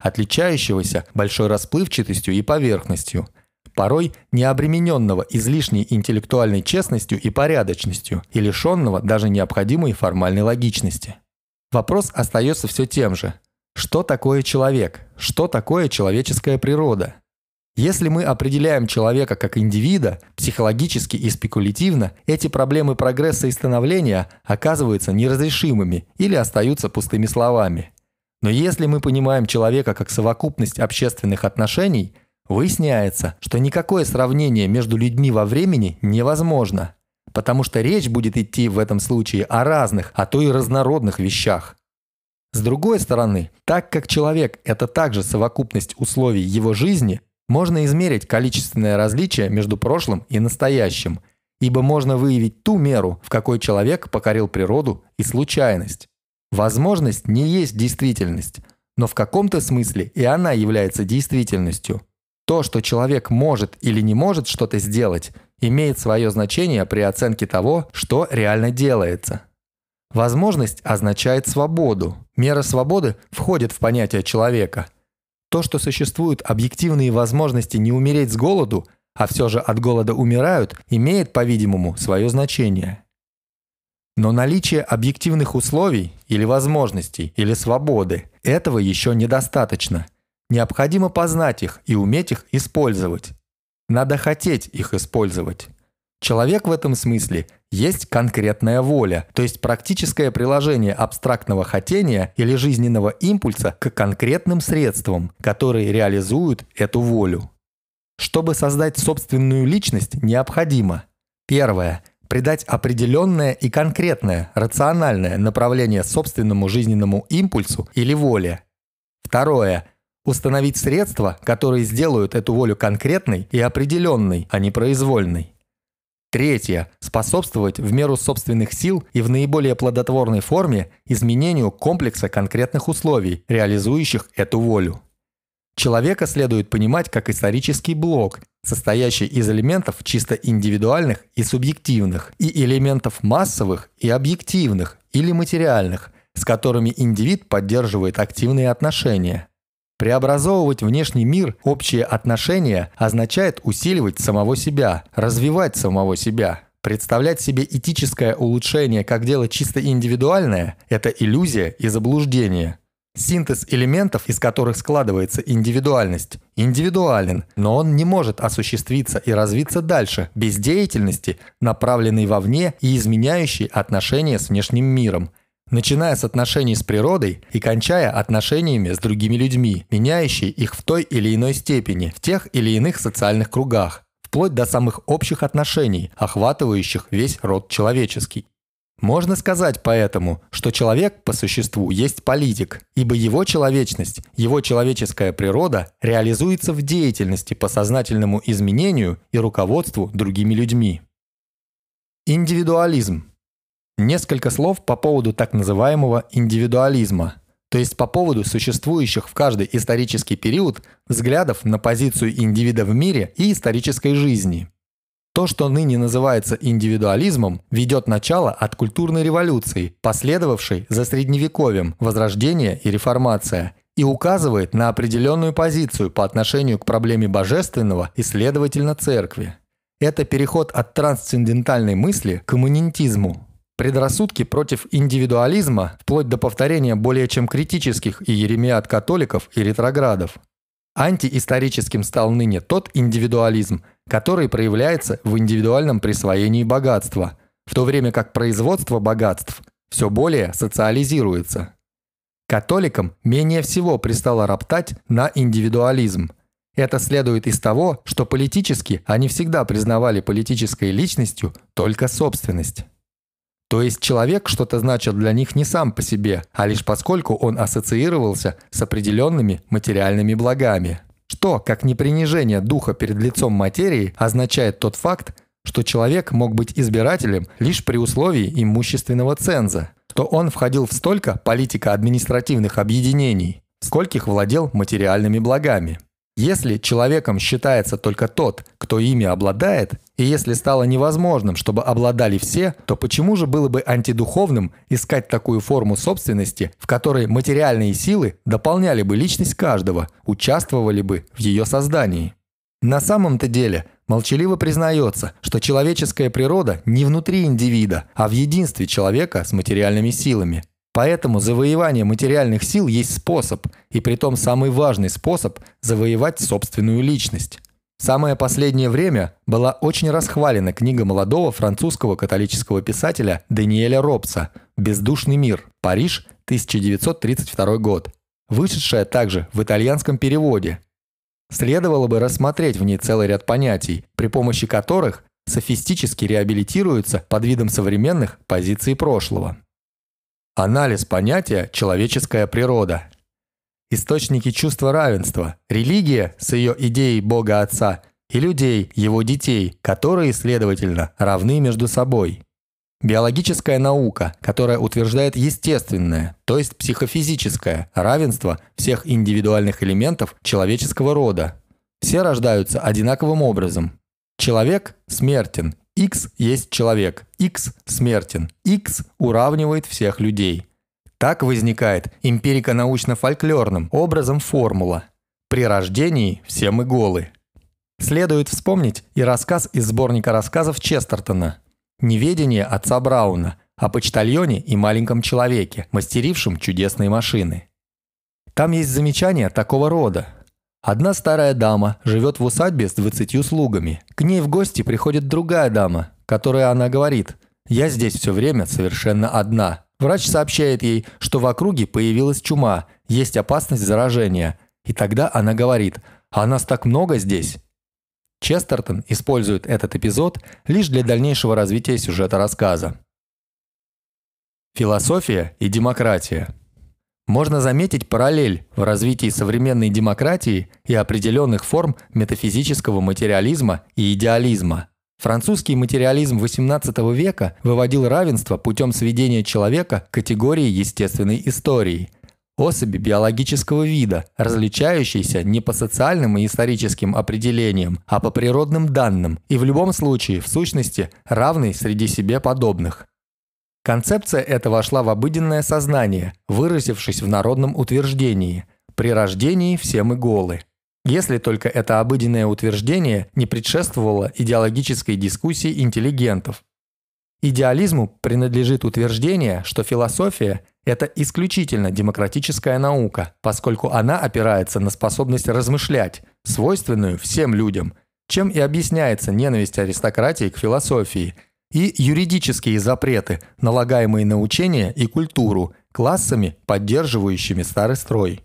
отличающегося большой расплывчатостью и поверхностью, порой не обремененного излишней интеллектуальной честностью и порядочностью и лишенного даже необходимой формальной логичности. Вопрос остается все тем же. Что такое человек? Что такое человеческая природа? Если мы определяем человека как индивида, психологически и спекулятивно, эти проблемы прогресса и становления оказываются неразрешимыми или остаются пустыми словами. Но если мы понимаем человека как совокупность общественных отношений, выясняется, что никакое сравнение между людьми во времени невозможно, потому что речь будет идти в этом случае о разных, а то и разнородных вещах. С другой стороны, так как человек – это также совокупность условий его жизни, можно измерить количественное различие между прошлым и настоящим, ибо можно выявить ту меру, в какой человек покорил природу и случайность. Возможность не есть действительность, но в каком-то смысле и она является действительностью. То, что человек может или не может что-то сделать, имеет свое значение при оценке того, что реально делается. Возможность означает свободу. Мера свободы входит в понятие человека. То, что существуют объективные возможности не умереть с голоду, а все же от голода умирают, имеет, по-видимому, свое значение. Но наличие объективных условий или возможностей или свободы – этого еще недостаточно. Необходимо познать их и уметь их использовать. Надо хотеть их использовать. Человек в этом смысле есть конкретная воля, то есть практическое приложение абстрактного хотения или жизненного импульса к конкретным средствам, которые реализуют эту волю. Чтобы создать собственную личность, необходимо: первое – придать определенное и конкретное, рациональное направление собственному жизненному импульсу или воле. Второе – установить средства, которые сделают эту волю конкретной и определенной, а не произвольной. Третье – способствовать в меру собственных сил и в наиболее плодотворной форме изменению комплекса конкретных условий, реализующих эту волю. Человека следует понимать как исторический блок, состоящий из элементов чисто индивидуальных и субъективных, и элементов массовых и объективных или материальных, с которыми индивид поддерживает активные отношения. Преобразовывать внешний мир, общие отношения означает усиливать самого себя, развивать самого себя. Представлять себе этическое улучшение как дело чисто индивидуальное – это иллюзия и заблуждение. Синтез элементов, из которых складывается индивидуальность, индивидуален, но он не может осуществиться и развиться дальше без деятельности, направленной вовне и изменяющей отношения с внешним миром, начиная с отношений с природой и кончая отношениями с другими людьми, меняющие их в той или иной степени, в тех или иных социальных кругах, вплоть до самых общих отношений, охватывающих весь род человеческий. Можно сказать поэтому, что человек по существу есть политик, ибо его человечность, его человеческая природа реализуется в деятельности по сознательному изменению и руководству другими людьми. Индивидуализм. Несколько слов по поводу так называемого индивидуализма, то есть по поводу существующих в каждый исторический период взглядов на позицию индивида в мире и исторической жизни. То, что ныне называется индивидуализмом, ведет начало от культурной революции, последовавшей за Средневековьем, Возрождение и Реформация, и указывает на определенную позицию по отношению к проблеме божественного и, следовательно, церкви. Это переход от трансцендентальной мысли к имманентизму. Предрассудки против индивидуализма, вплоть до повторения более чем критических иеремиад католиков и ретроградов. Антиисторическим стал ныне тот индивидуализм, который проявляется в индивидуальном присвоении богатства, в то время как производство богатств все более социализируется. Католикам менее всего пристало роптать на индивидуализм. Это следует из того, что политически они всегда признавали политической личностью только собственность. То есть человек что-то значил для них не сам по себе, а лишь поскольку он ассоциировался с определенными материальными благами. Что, как не принижение духа перед лицом материи, означает тот факт, что человек мог быть избирателем лишь при условии имущественного ценза, что он входил в столько политико-административных объединений, скольких владел материальными благами. Если человеком считается только тот, кто кто ими обладает, и если стало невозможным, чтобы обладали все, то почему же было бы антидуховным искать такую форму собственности, в которой материальные силы дополняли бы личность каждого, участвовали бы в ее создании? На самом-то деле молчаливо признается, что человеческая природа не внутри индивида, а в единстве человека с материальными силами. Поэтому завоевание материальных сил есть способ, и притом самый важный способ завоевать собственную личность. В самое последнее время была очень расхвалена книга молодого французского католического писателя Даниэля Робса «Бездушный мир. Париж, 1932 год», вышедшая также в итальянском переводе. Следовало бы рассмотреть в ней целый ряд понятий, при помощи которых софистически реабилитируются под видом современных позиций прошлого. Анализ понятия «человеческая природа». Источники чувства равенства, религия с ее идеей Бога Отца и людей, его детей, которые, следовательно, равны между собой. Биологическая наука, которая утверждает естественное, то есть психофизическое, равенство всех индивидуальных элементов человеческого рода. Все рождаются одинаковым образом. Человек смертен, X есть человек, X смертен, X уравнивает всех людей. Так возникает эмпирико-научно-фольклорным образом формула «При рождении все мы голы». Следует вспомнить и рассказ из сборника рассказов Честертона «Неведение отца Брауна» о почтальоне и маленьком человеке, мастерившем чудесные машины. Там есть замечание такого рода. Одна старая дама живет в усадьбе с 20 слугами. К ней в гости приходит другая дама, которой она говорит: «Я здесь все время совершенно одна». Врач сообщает ей, что в округе появилась чума, есть опасность заражения. И тогда она говорит: «А нас так много здесь». Честертон использует этот эпизод лишь для дальнейшего развития сюжета рассказа. Философия и демократия. Можно заметить параллель в развитии современной демократии и определенных форм метафизического материализма и идеализма. Французский материализм XVIII века выводил равенство путем сведения человека к категории естественной истории, особи биологического вида, различающейся не по социальным и историческим определениям, а по природным данным и в любом случае, в сущности, равной среди себе подобных. Концепция эта вошла в обыденное сознание, выразившись в народном утверждении «при рождении все мы голы». Если только это обыденное утверждение не предшествовало идеологической дискуссии интеллигентов. Идеализму принадлежит утверждение, что философия – это исключительно демократическая наука, поскольку она опирается на способность размышлять, свойственную всем людям, чем и объясняется ненависть аристократии к философии, и юридические запреты, налагаемые на учение и культуру классами, поддерживающими старый строй.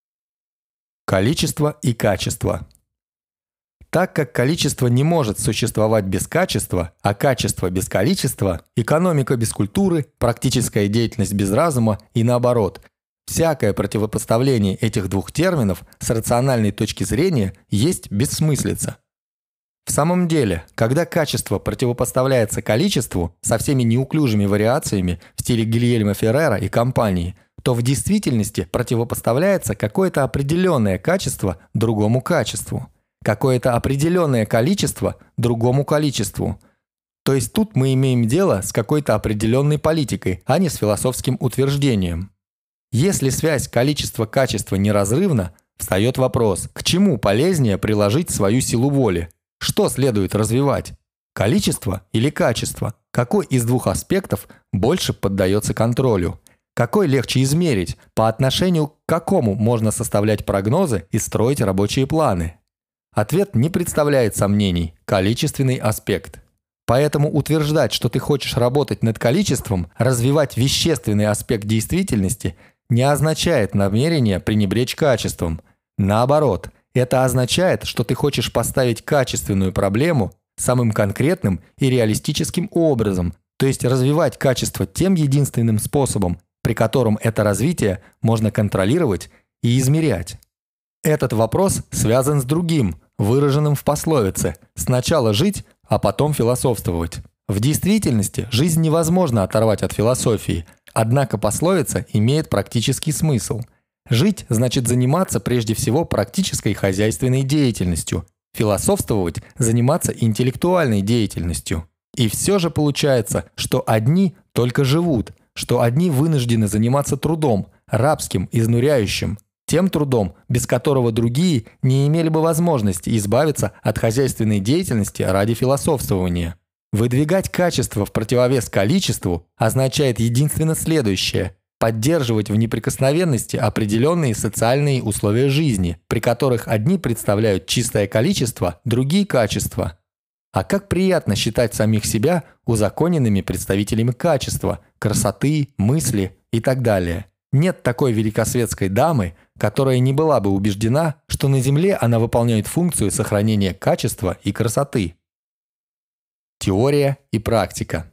Количество и качество. Так как количество не может существовать без качества, а качество без количества, экономика без культуры, практическая деятельность без разума и наоборот, всякое противопоставление этих двух терминов с рациональной точки зрения есть бессмыслица. В самом деле, когда качество противопоставляется количеству со всеми неуклюжими вариациями в стиле Гильермо Феррера и компании, то в действительности противопоставляется какое-то определенное качество другому качеству, какое-то определенное количество другому количеству. То есть тут мы имеем дело с какой-то определенной политикой, а не с философским утверждением. Если связь количества-качества неразрывна, встает вопрос, к чему полезнее приложить свою силу воли? Что следует развивать? Количество или качество? Какой из двух аспектов больше поддается контролю? Какой легче измерить? По отношению к какому можно составлять прогнозы и строить рабочие планы? Ответ не представляет сомнений – количественный аспект. Поэтому утверждать, что ты хочешь работать над количеством, развивать вещественный аспект действительности, не означает намерение пренебречь качеством. Наоборот, это означает, что ты хочешь поставить качественную проблему самым конкретным и реалистическим образом, то есть развивать качество тем единственным способом, при котором это развитие можно контролировать и измерять. Этот вопрос связан с другим, выраженным в пословице «сначала жить, а потом философствовать». В действительности жизнь невозможно оторвать от философии, однако пословица имеет практический смысл. Жить значит заниматься прежде всего практической хозяйственной деятельностью, философствовать, заниматься интеллектуальной деятельностью. И все же получается, что одни только живут, что одни вынуждены заниматься трудом, рабским, изнуряющим, тем трудом, без которого другие не имели бы возможности избавиться от хозяйственной деятельности ради философствования. Выдвигать качество в противовес количеству означает единственно следующее – поддерживать в неприкосновенности определенные социальные условия жизни, при которых одни представляют чистое количество, другие – качество. А как приятно считать самих себя узаконенными представителями качества, красоты, мысли и так далее. Нет такой великосветской дамы, которая не была бы убеждена, что на Земле она выполняет функцию сохранения качества и красоты. Теория и практика.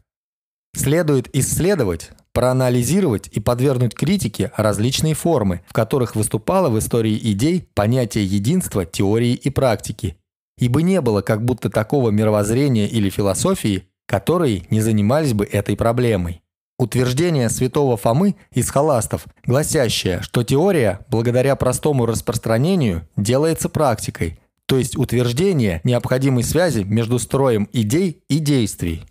Следует исследовать, проанализировать и подвергнуть критике различные формы, в которых выступало в истории идей понятие единства теории и практики, ибо не было как будто такого мировоззрения или философии, которые не занимались бы этой проблемой. Утверждение святого Фомы из Схоластов, гласящее, что теория, благодаря простому распространению, делается практикой, то есть утверждение необходимой связи между строем идей и действий.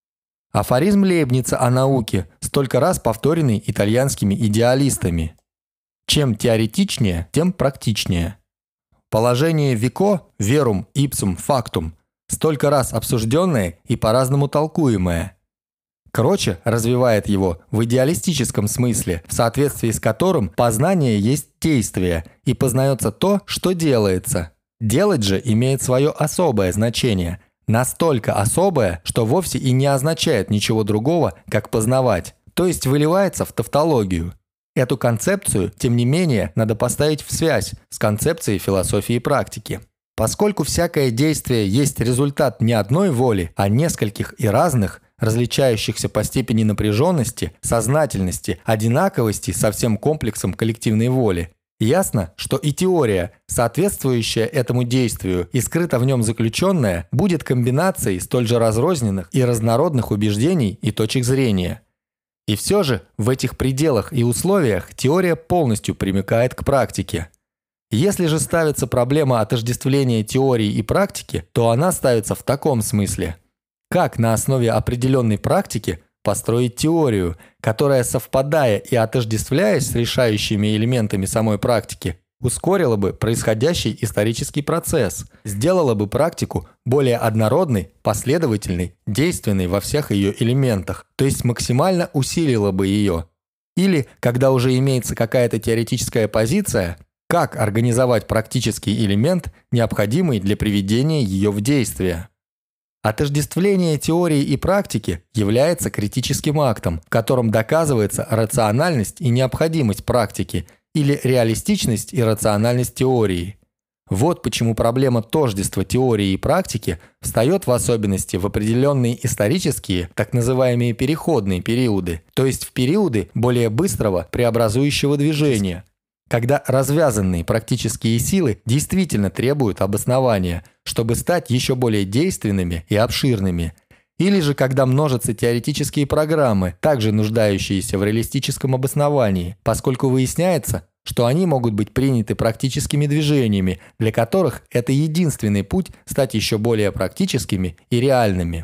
Афоризм Лейбница о науке, столько раз повторенный итальянскими идеалистами. Чем теоретичнее, тем практичнее. Положение Вико «verum ipsum factum» столько раз обсужденное и по-разному толкуемое. Кроче развивает его в идеалистическом смысле, в соответствии с которым познание есть действие, и познается то, что делается. Делать же имеет свое особое значение, настолько особое, что вовсе и не означает ничего другого, как познавать, то есть выливается в тавтологию. Эту концепцию, тем не менее, надо поставить в связь с концепцией философии и практики. Поскольку всякое действие есть результат не одной воли, а нескольких и разных, различающихся по степени напряженности, сознательности, одинаковости со всем комплексом коллективной воли, ясно, что и теория, соответствующая этому действию и скрыто в нем заключенная, будет комбинацией столь же разрозненных и разнородных убеждений и точек зрения. И все же в этих пределах и условиях теория полностью примыкает к практике. Если же ставится проблема отождествления теории и практики, то она ставится в таком смысле. Как на основе определенной практики построить теорию, которая, совпадая и отождествляясь с решающими элементами самой практики, ускорила бы происходящий исторический процесс, сделала бы практику более однородной, последовательной, действенной во всех ее элементах, то есть максимально усилила бы ее. Или, когда уже имеется какая-то теоретическая позиция, как организовать практический элемент, необходимый для приведения ее в действие. Отождествление теории и практики является критическим актом, в котором доказывается рациональность и необходимость практики или реалистичность и рациональность теории. Вот почему проблема тождества теории и практики встает в особенности в определенные исторические, так называемые переходные периоды, то есть в периоды более быстрого преобразующего движения, когда развязанные практические силы действительно требуют обоснования, чтобы стать еще более действенными и обширными, или же когда множатся теоретические программы, также нуждающиеся в реалистическом обосновании, поскольку выясняется, что они могут быть приняты практическими движениями, для которых это единственный путь стать еще более практическими и реальными.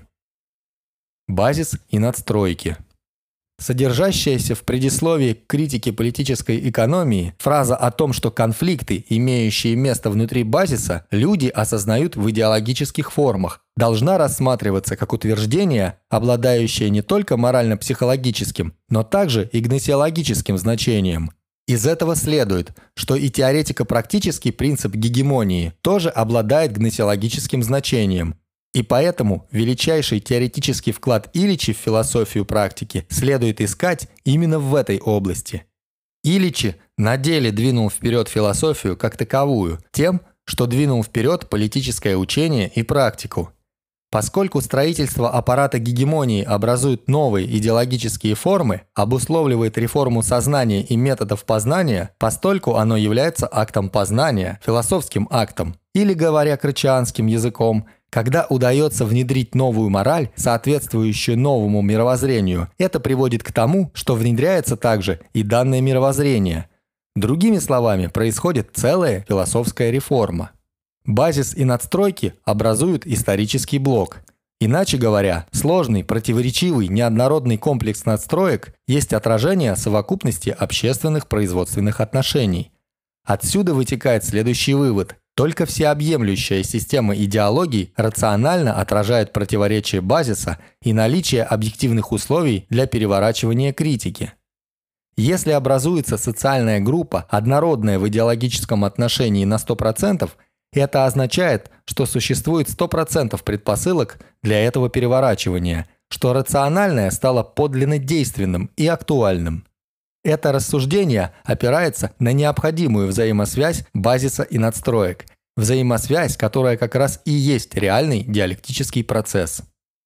Базис и надстройки. Содержащаяся в предисловии к критике политической экономии фраза о том, что конфликты, имеющие место внутри базиса, люди осознают в идеологических формах, должна рассматриваться как утверждение, обладающее не только морально-психологическим, но также и гносеологическим значением. Из этого следует, что и теоретико-практический принцип гегемонии тоже обладает гносеологическим значением. И поэтому величайший теоретический вклад Ильича в философию практики следует искать именно в этой области. Ильич на деле двинул вперед философию как таковую, тем, что двинул вперед политическое учение и практику. Поскольку строительство аппарата гегемонии образует новые идеологические формы, обусловливает реформу сознания и методов познания, постольку оно является актом познания, философским актом, или, говоря крачианским языком, когда удается внедрить новую мораль, соответствующую новому мировоззрению, это приводит к тому, что внедряется также и данное мировоззрение. Другими словами, происходит целая философская реформа. Базис и надстройки образуют исторический блок. Иначе говоря, сложный, противоречивый, неоднородный комплекс надстроек есть отражение совокупности общественных производственных отношений. Отсюда вытекает следующий вывод. Только всеобъемлющая система идеологий рационально отражает противоречие базиса и наличие объективных условий для переворачивания критики. Если образуется социальная группа, однородная в идеологическом отношении на 100%, это означает, что существует 100% предпосылок для этого переворачивания, что рациональное стало подлинно действенным и актуальным. Это рассуждение опирается на необходимую взаимосвязь базиса и надстроек, взаимосвязь, которая как раз и есть реальный диалектический процесс.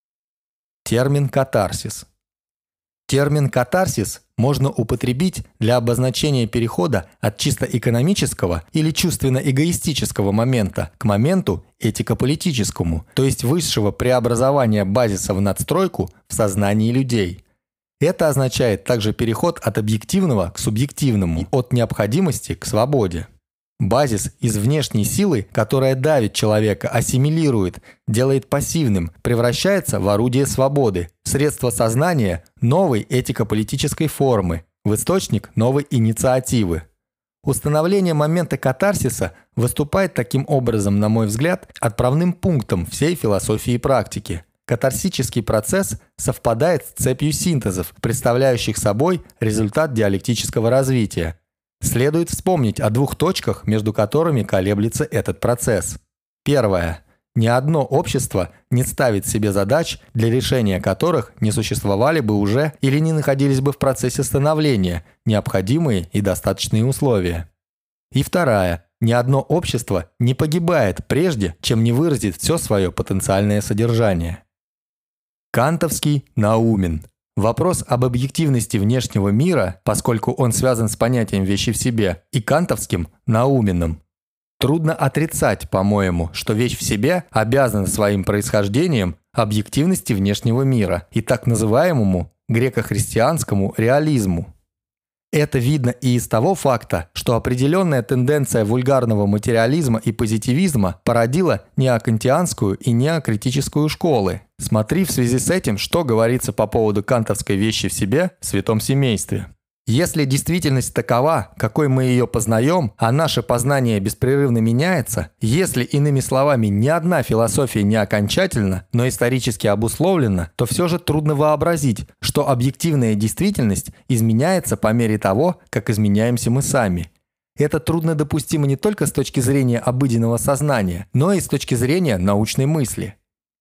Термин «катарсис». Термин «катарсис» можно употребить для обозначения перехода от чисто экономического или чувственно-эгоистического момента к моменту этико-политическому, то есть высшего преобразования базиса в надстройку в сознании людей. Это означает также переход от объективного к субъективному, от необходимости к свободе. Базис из внешней силы, которая давит человека, ассимилирует, делает пассивным, превращается в орудие свободы, в средство сознания новой этико-политической формы, в источник новой инициативы. Установление момента катарсиса выступает таким образом, на мой взгляд, отправным пунктом всей философии и практики. Катарсический процесс совпадает с цепью синтезов, представляющих собой результат диалектического развития. Следует вспомнить о двух точках, между которыми колеблется этот процесс. Первое. Ни одно общество не ставит себе задач, для решения которых не существовали бы уже или не находились бы в процессе становления необходимые и достаточные условия. И вторая. Ни одно общество не погибает прежде, чем не выразит все свое потенциальное содержание. Кантовский наумен. Вопрос об объективности внешнего мира, поскольку он связан с понятием вещи в себе, и кантовским науменом. Трудно отрицать, по-моему, что вещь в себе обязана своим происхождением объективности внешнего мира и так называемому греко-христианскому реализму. Это видно и из того факта, что определенная тенденция вульгарного материализма и позитивизма породила неокантианскую и неокритическую школы. Смотри в связи с этим, что говорится по поводу кантовской вещи в себе в Святом Семействе. Если действительность такова, какой мы ее познаем, а наше познание беспрерывно меняется, если, иными словами, ни одна философия не окончательна, но исторически обусловлена, то все же трудно вообразить, что объективная действительность изменяется по мере того, как изменяемся мы сами. Это трудно допустимо не только с точки зрения обыденного сознания, но и с точки зрения научной мысли.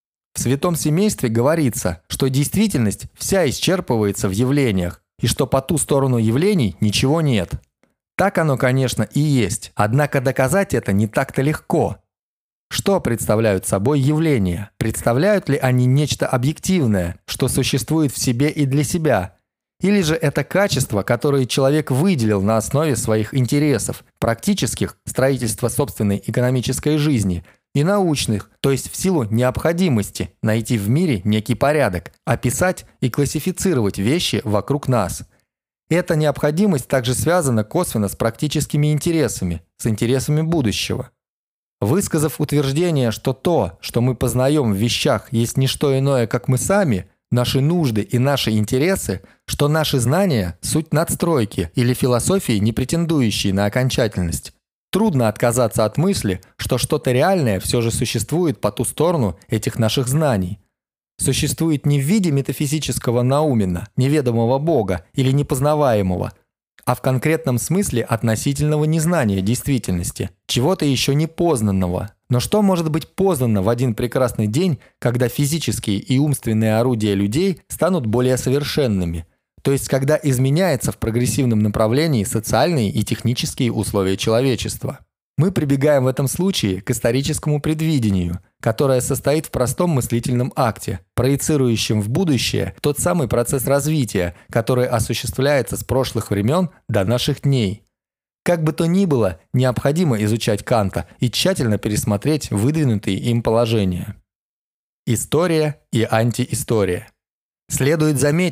В Святом Семействе говорится, что действительность вся исчерпывается в явлениях, и что по ту сторону явлений ничего нет. Так оно, конечно, и есть, однако доказать это не так-то легко. Что представляют собой явления? Представляют ли они нечто объективное, что существует в себе и для себя? Или же это качества, которые человек выделил на основе своих интересов, практических, строительства собственной экономической жизни, и научных, то есть в силу необходимости найти в мире некий порядок, описать и классифицировать вещи вокруг нас. Эта необходимость также связана косвенно с практическими интересами, с интересами будущего. Высказав утверждение, что то, что мы познаем в вещах, есть не что иное, как мы сами, наши нужды и наши интересы, что наши знания – суть надстройки или философии, не претендующие на окончательность, трудно отказаться от мысли, что что-то реальное все же существует по ту сторону этих наших знаний. Существует не в виде метафизического наумена, неведомого Бога или непознаваемого, а в конкретном смысле относительного незнания действительности, чего-то еще не познанного. Но что может быть познано в один прекрасный день, когда физические и умственные орудия людей станут более совершенными? То есть, когда изменяются в прогрессивном направлении социальные и технические условия человечества. Мы прибегаем в этом случае к историческому предвидению, которое состоит в простом мыслительном акте, проецирующем в будущее тот самый процесс развития, который осуществляется с прошлых времен до наших дней. Как бы то ни было, необходимо изучать Канта и тщательно пересмотреть выдвинутые им положения. История и антиистория. Следует заметить,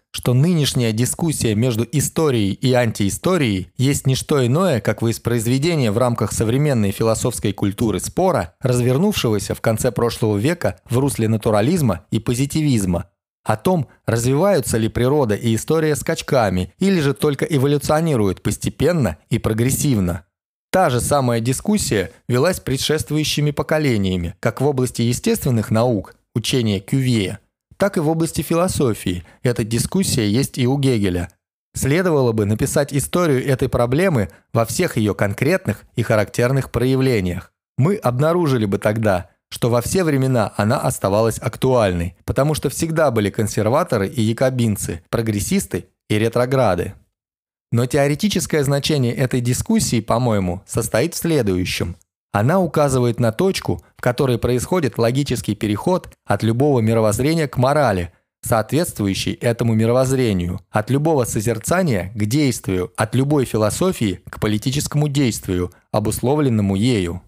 что нынешняя дискуссия между историей и антиисторией есть не что иное, как воспроизведение в рамках современной философской культуры спора, развернувшегося в конце прошлого века в русле натурализма и позитивизма, о том, развиваются ли природа и история скачками или же только эволюционируют постепенно и прогрессивно. Та же самая дискуссия велась предшествующими поколениями, как в области естественных наук, учения Кювье, так и в области философии. Эта дискуссия есть и у Гегеля. Следовало бы написать историю этой проблемы во всех ее конкретных и характерных проявлениях. Мы обнаружили бы тогда, что во все времена она оставалась актуальной, потому что всегда были консерваторы и якобинцы, прогрессисты и ретрограды. Но теоретическое значение этой дискуссии, по-моему, состоит в следующем. Она указывает на точку, в которой происходит логический переход от любого мировоззрения к морали, соответствующей этому мировоззрению, от любого созерцания к действию, от любой философии к политическому действию, обусловленному ею.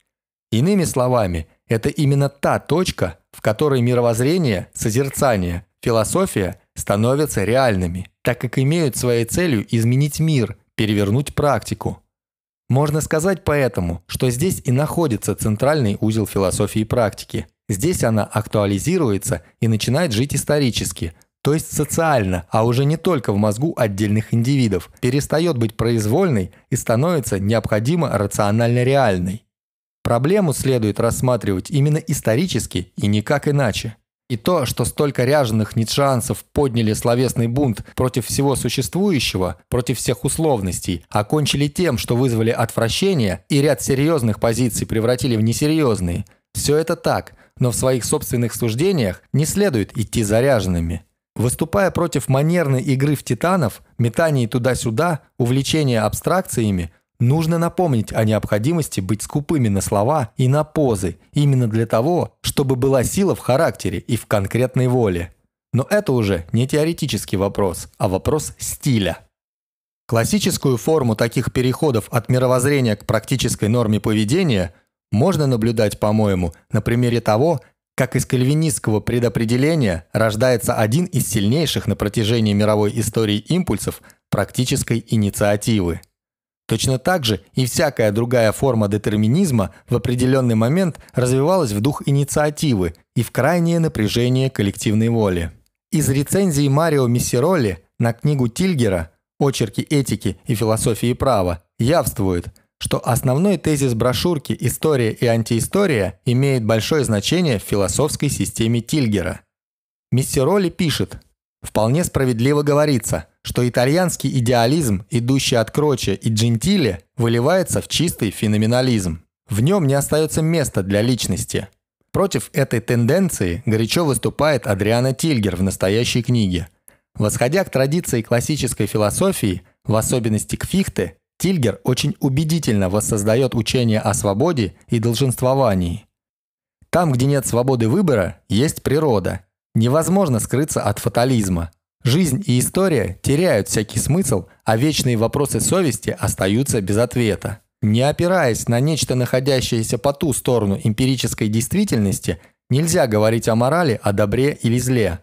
Иными словами, это именно та точка, в которой мировоззрение, созерцание, философия становятся реальными, так как имеют своей целью изменить мир, перевернуть практику. Можно сказать поэтому, что здесь и находится центральный узел философии практики. Здесь она актуализируется и начинает жить исторически, то есть социально, а уже не только в мозгу отдельных индивидов, перестает быть произвольной и становится необходимо рационально реальной. Проблему следует рассматривать именно исторически и никак иначе. И то, что столько ряженых ницшеанцев подняли словесный бунт против всего существующего, против всех условностей, окончили тем, что вызвали отвращение и ряд серьезных позиций превратили в несерьезные, все это так, но в своих собственных суждениях не следует идти заряженными. Выступая против манерной игры в титанов, метаний туда-сюда, увлечения абстракциями, нужно напомнить о необходимости быть скупыми на слова и на позы, именно для того, чтобы была сила в характере и в конкретной воле. Но это уже не теоретический вопрос, а вопрос стиля. Классическую форму таких переходов от мировоззрения к практической норме поведения можно наблюдать, по-моему, на примере того, как из кальвинистского предопределения рождается один из сильнейших на протяжении мировой истории импульсов практической инициативы. Точно так же и всякая другая форма детерминизма в определенный момент развивалась в дух инициативы и в крайнее напряжение коллективной воли. Из рецензии Марио Мессероли на книгу Тильгера «Очерки этики и философии права» явствует, что основной тезис брошюрки «История и антиистория» имеет большое значение в философской системе Тильгера. Мессероли пишет: «Вполне справедливо говорится, что итальянский идеализм, идущий от Кроче и Джентиле, выливается в чистый феноменализм. В нем не остается места для личности». Против этой тенденции горячо выступает Адриано Тильгер в настоящей книге. Восходя к традиции классической философии, в особенности к Фихте, Тильгер очень убедительно воссоздает учение о свободе и долженствовании. Там, где нет свободы выбора, есть природа. Невозможно скрыться от фатализма. Жизнь и история теряют всякий смысл, а вечные вопросы совести остаются без ответа. Не опираясь на нечто, находящееся по ту сторону эмпирической действительности, нельзя говорить о морали, о добре или зле.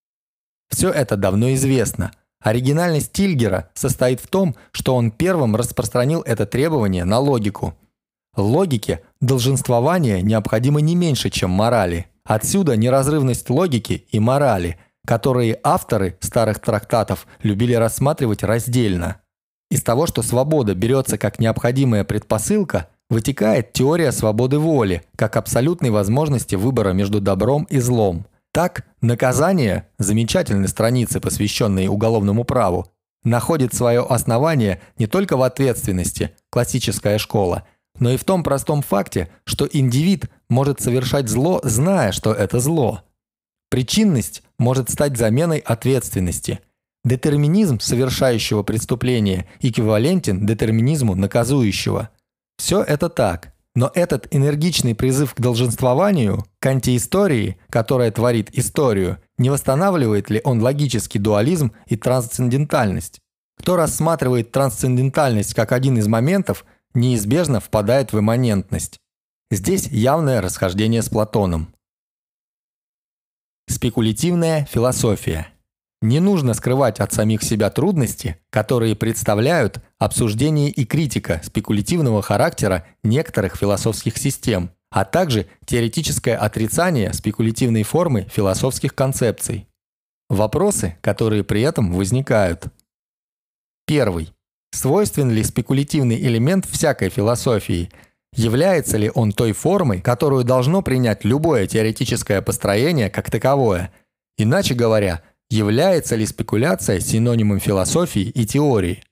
Все это давно известно. Оригинальность Тильгера состоит в том, что он первым распространил это требование на логику. Логике долженствование необходимо не меньше, чем морали. Отсюда неразрывность логики и морали, которые авторы старых трактатов любили рассматривать раздельно. Из того, что свобода берется как необходимая предпосылка, вытекает теория свободы воли, как абсолютной возможности выбора между добром и злом. Так, наказание, замечательной страницы, посвященной уголовному праву, находит свое основание не только в ответственности, классическая школа, но и в том простом факте, что индивид может совершать зло, зная, что это зло. Причинность может стать заменой ответственности. Детерминизм совершающего преступления эквивалентен детерминизму наказующего. Все это так. Но этот энергичный призыв к долженствованию, к антиистории, которая творит историю, не восстанавливает ли он логический дуализм и трансцендентальность? Кто рассматривает трансцендентальность как один из моментов, неизбежно впадает в имманентность. Здесь явное расхождение с Платоном. Спекулятивная философия. Не нужно скрывать от самих себя трудности, которые представляют обсуждение и критика спекулятивного характера некоторых философских систем, а также теоретическое отрицание спекулятивной формы философских концепций. Вопросы, которые при этом возникают. Первый. Свойствен ли спекулятивный элемент всякой философии? Является ли он той формой, которую должно принять любое теоретическое построение как таковое? Иначе говоря, является ли спекуляция синонимом философии и теории?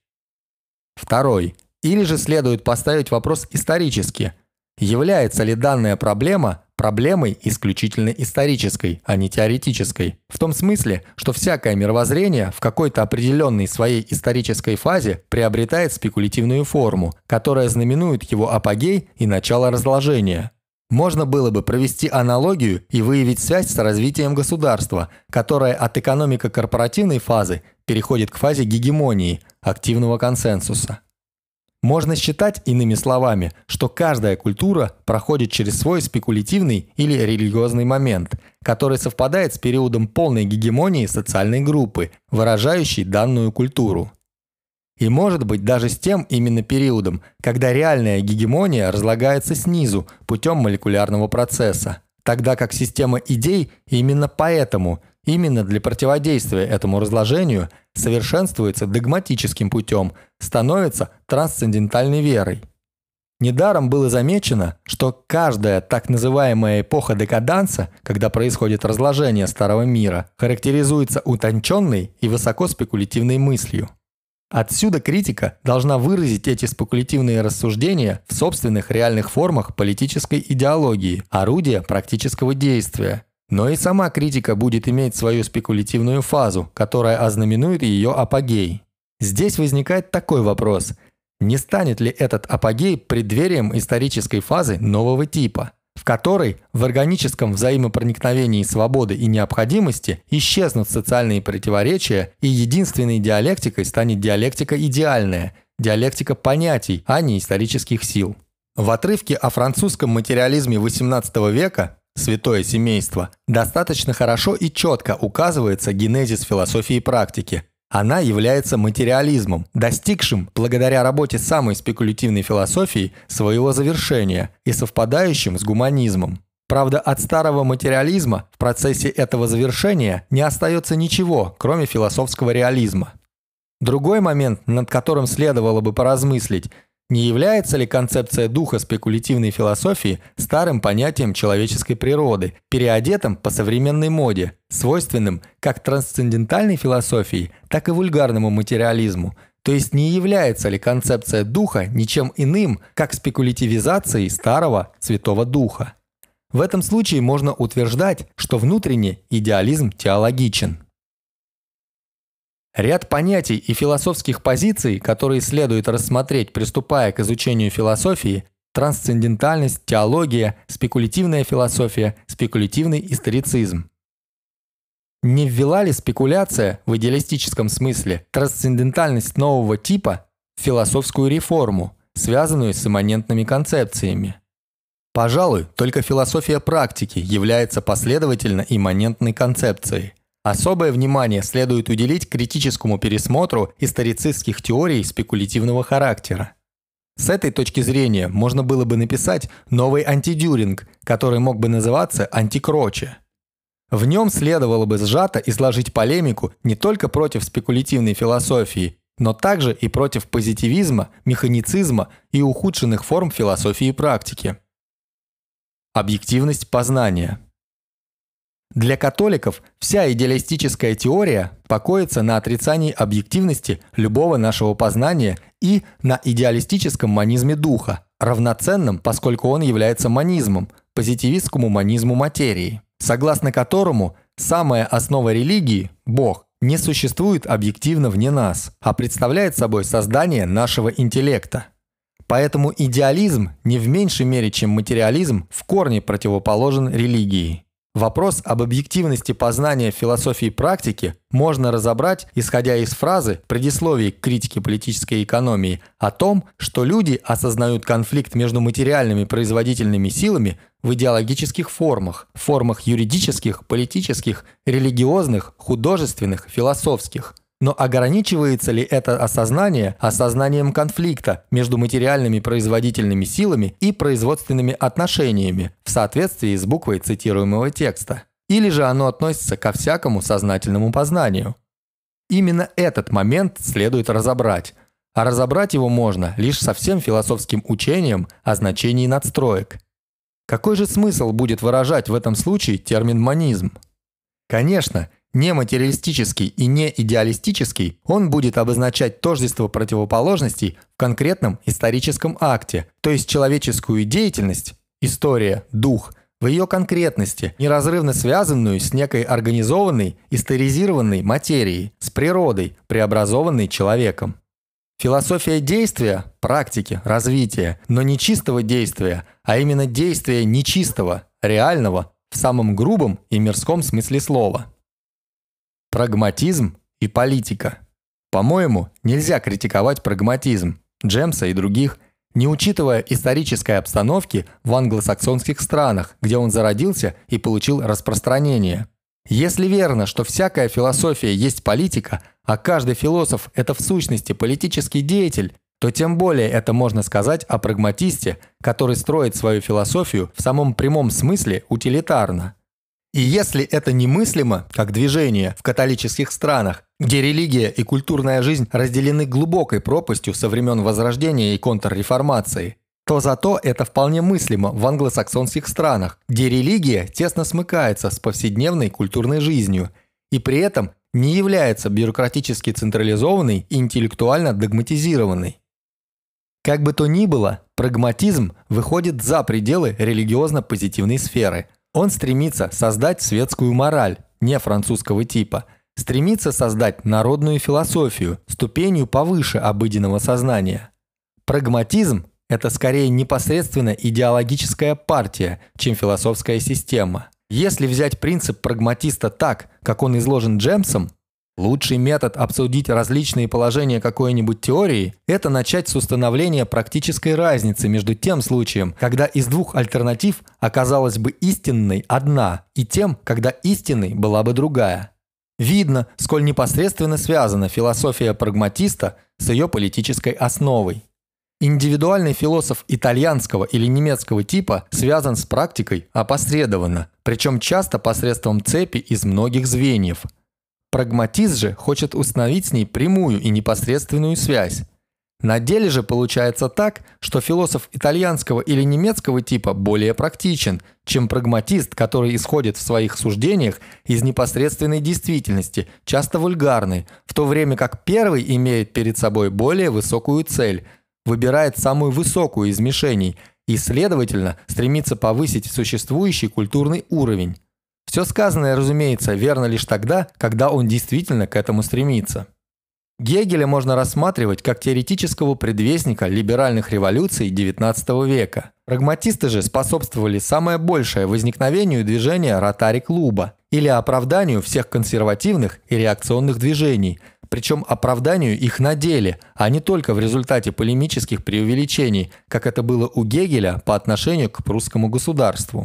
Второй. Или же следует поставить вопрос исторически. Является ли данная проблема проблемой исключительно исторической, а не теоретической? В том смысле, что всякое мировоззрение в какой-то определенной своей исторической фазе приобретает спекулятивную форму, которая знаменует его апогей и начало разложения. Можно было бы провести аналогию и выявить связь с развитием государства, которое от экономико-корпоративной фазы переходит к фазе гегемонии, активного консенсуса. Можно считать, иными словами, что каждая культура проходит через свой спекулятивный или религиозный момент, который совпадает с периодом полной гегемонии социальной группы, выражающей данную культуру. И может быть даже с тем именно периодом, когда реальная гегемония разлагается снизу путем молекулярного процесса, тогда как система идей именно поэтому, именно для противодействия этому разложению, совершенствуется догматическим путем, становится трансцендентальной верой. Недаром было замечено, что каждая так называемая эпоха декаданса, когда происходит разложение старого мира, характеризуется утонченной и высокоспекулятивной мыслью. Отсюда критика должна выразить эти спекулятивные рассуждения в собственных реальных формах политической идеологии, орудия практического действия. Но и сама критика будет иметь свою спекулятивную фазу, которая ознаменует ее апогей. Здесь возникает такой вопрос: не станет ли этот апогей преддверием исторической фазы нового типа, в которой в органическом взаимопроникновении свободы и необходимости исчезнут социальные противоречия, и единственной диалектикой станет диалектика идеальная, диалектика понятий, а не исторических сил. В отрывке о французском материализме XVIII века «Святое семейство» достаточно хорошо и четко указывается генезис философии и практики. Она является материализмом, достигшим, благодаря работе самой спекулятивной философии, своего завершения и совпадающим с гуманизмом. Правда, от старого материализма в процессе этого завершения не остается ничего, кроме философского реализма. Другой момент, над которым следовало бы поразмыслить: не является ли концепция духа спекулятивной философии старым понятием человеческой природы, переодетым по современной моде, свойственным как трансцендентальной философии, так и вульгарному материализму? То есть не является ли концепция духа ничем иным, как спекулятивизацией старого Святого Духа? В этом случае можно утверждать, что внутренне идеализм теологичен. Ряд понятий и философских позиций, которые следует рассмотреть, приступая к изучению философии: трансцендентальность, теология, спекулятивная философия, спекулятивный историцизм. Не ввела ли спекуляция в идеалистическом смысле трансцендентальность нового типа в философскую реформу, связанную с имманентными концепциями? Пожалуй, только философия практики является последовательно имманентной концепцией. Особое внимание следует уделить критическому пересмотру историцистских теорий спекулятивного характера. С этой точки зрения можно было бы написать новый антидюринг, который мог бы называться антикроче. В нем следовало бы сжато изложить полемику не только против спекулятивной философии, но также и против позитивизма, механицизма и ухудшенных форм философии и практики. Объективность познания. Для католиков вся идеалистическая теория покоится на отрицании объективности любого нашего познания и на идеалистическом монизме духа, равноценном, поскольку он является монизмом, позитивистскому монизму материи, согласно которому самая основа религии, Бог, не существует объективно вне нас, а представляет собой создание нашего интеллекта. Поэтому идеализм не в меньшей мере, чем материализм, в корне противоположен религии. Вопрос об объективности познания в философии практики можно разобрать, исходя из фразы предисловий к критике политической экономии о том, что люди осознают конфликт между материальными производительными силами в идеологических формах юридических, политических, религиозных, художественных, философских. Но ограничивается ли это осознание осознанием конфликта между материальными производительными силами и производственными отношениями в соответствии с буквой цитируемого текста? Или же оно относится ко всякому сознательному познанию? Именно этот момент следует разобрать. А разобрать его можно лишь со всем философским учением о значении надстроек. Какой же смысл будет выражать в этом случае термин «монизм»? Конечно, не материалистический и не идеалистический, он будет обозначать тождество противоположностей в конкретном историческом акте, то есть человеческую деятельность, история, дух, в ее конкретности, неразрывно связанную с некой организованной, историзированной материей, с природой, преобразованной человеком. Философия действия, практики, развития, но не чистого действия, а именно действия нечистого, реального, в самом грубом и мирском смысле слова. Прагматизм и политика. По-моему, нельзя критиковать прагматизм Джемса и других, не учитывая исторической обстановки в англосаксонских странах, где он зародился и получил распространение. Если верно, что всякая философия есть политика, а каждый философ – это в сущности политический деятель, то тем более это можно сказать о прагматисте, который строит свою философию в самом прямом смысле утилитарно. И если это немыслимо, как движение в католических странах, где религия и культурная жизнь разделены глубокой пропастью со времен Возрождения и контрреформации, то зато это вполне мыслимо в англосаксонских странах, где религия тесно смыкается с повседневной культурной жизнью и при этом не является бюрократически централизованной и интеллектуально догматизированной. Как бы то ни было, прагматизм выходит за пределы религиозно-позитивной сферы. Он стремится создать светскую мораль, не французского типа, стремится создать народную философию, ступенью повыше обыденного сознания. Прагматизм – это скорее непосредственно идеологическая партия, чем философская система. Если взять принцип прагматиста так, как он изложен Джемсом, лучший метод обсудить различные положения какой-нибудь теории – это начать с установления практической разницы между тем случаем, когда из двух альтернатив оказалась бы истинной одна, и тем, когда истинной была бы другая. Видно, сколь непосредственно связана философия прагматиста с ее политической основой. Индивидуальный философ итальянского или немецкого типа связан с практикой опосредованно, причем часто посредством цепи из многих звеньев. Прагматист же хочет установить с ней прямую и непосредственную связь. На деле же получается так, что философ итальянского или немецкого типа более практичен, чем прагматист, который исходит в своих суждениях из непосредственной действительности, часто вульгарной, в то время как первый имеет перед собой более высокую цель, выбирает самую высокую из мишеней и, следовательно, стремится повысить существующий культурный уровень. Все сказанное, разумеется, верно лишь тогда, когда он действительно к этому стремится. Гегеля можно рассматривать как теоретического предвестника либеральных революций XIX века. Прагматисты же способствовали самое большее возникновению движения Ротари-клуба или оправданию всех консервативных и реакционных движений, причем оправданию их на деле, а не только в результате полемических преувеличений, как это было у Гегеля по отношению к прусскому государству.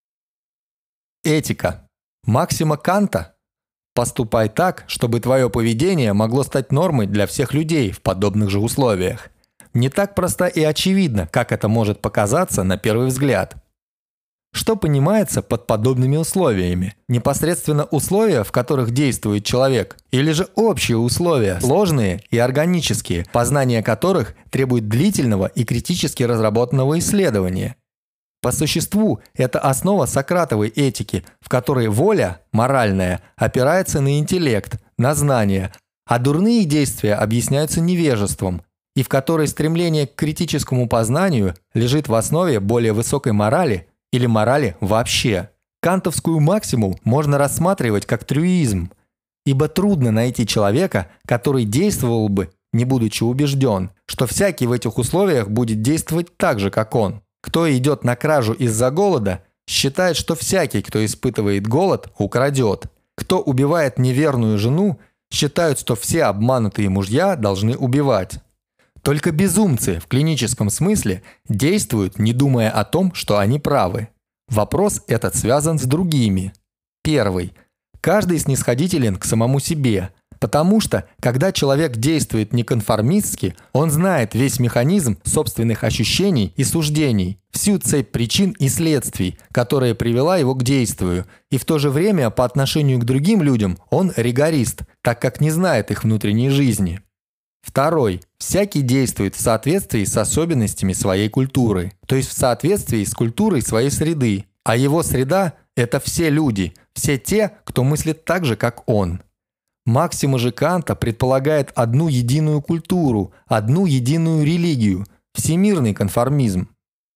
Этика. Максима Канта. Поступай так, чтобы твое поведение могло стать нормой для всех людей в подобных же условиях. Не так просто и очевидно, как это может показаться на первый взгляд. Что понимается под подобными условиями? Непосредственно условия, в которых действует человек, или же общие условия, сложные и органические, познание которых требует длительного и критически разработанного исследования? По существу, это основа сократовой этики, в которой воля, моральная, опирается на интеллект, на знания, а дурные действия объясняются невежеством, и в которой стремление к критическому познанию лежит в основе более высокой морали или морали вообще. Кантовскую максиму можно рассматривать как трюизм, ибо трудно найти человека, который действовал бы, не будучи убежден, что всякий в этих условиях будет действовать так же, как он. Кто идет на кражу из-за голода, считает, что всякий, кто испытывает голод, украдет. Кто убивает неверную жену, считают, что все обманутые мужья должны убивать. Только безумцы в клиническом смысле действуют, не думая о том, что они правы. Вопрос этот связан с другими. Первый. Каждый снисходителен к самому себе, потому что, когда человек действует неконформистски, он знает весь механизм собственных ощущений и суждений, всю цепь причин и следствий, которая привела его к действию, и в то же время по отношению к другим людям он ригорист, так как не знает их внутренней жизни. Второй. Всякий действует в соответствии с особенностями своей культуры, то есть в соответствии с культурой своей среды, а его среда – это все люди, все те, кто мыслит так же, как он. Максима же Канта предполагает одну единую культуру, одну единую религию, всемирный конформизм.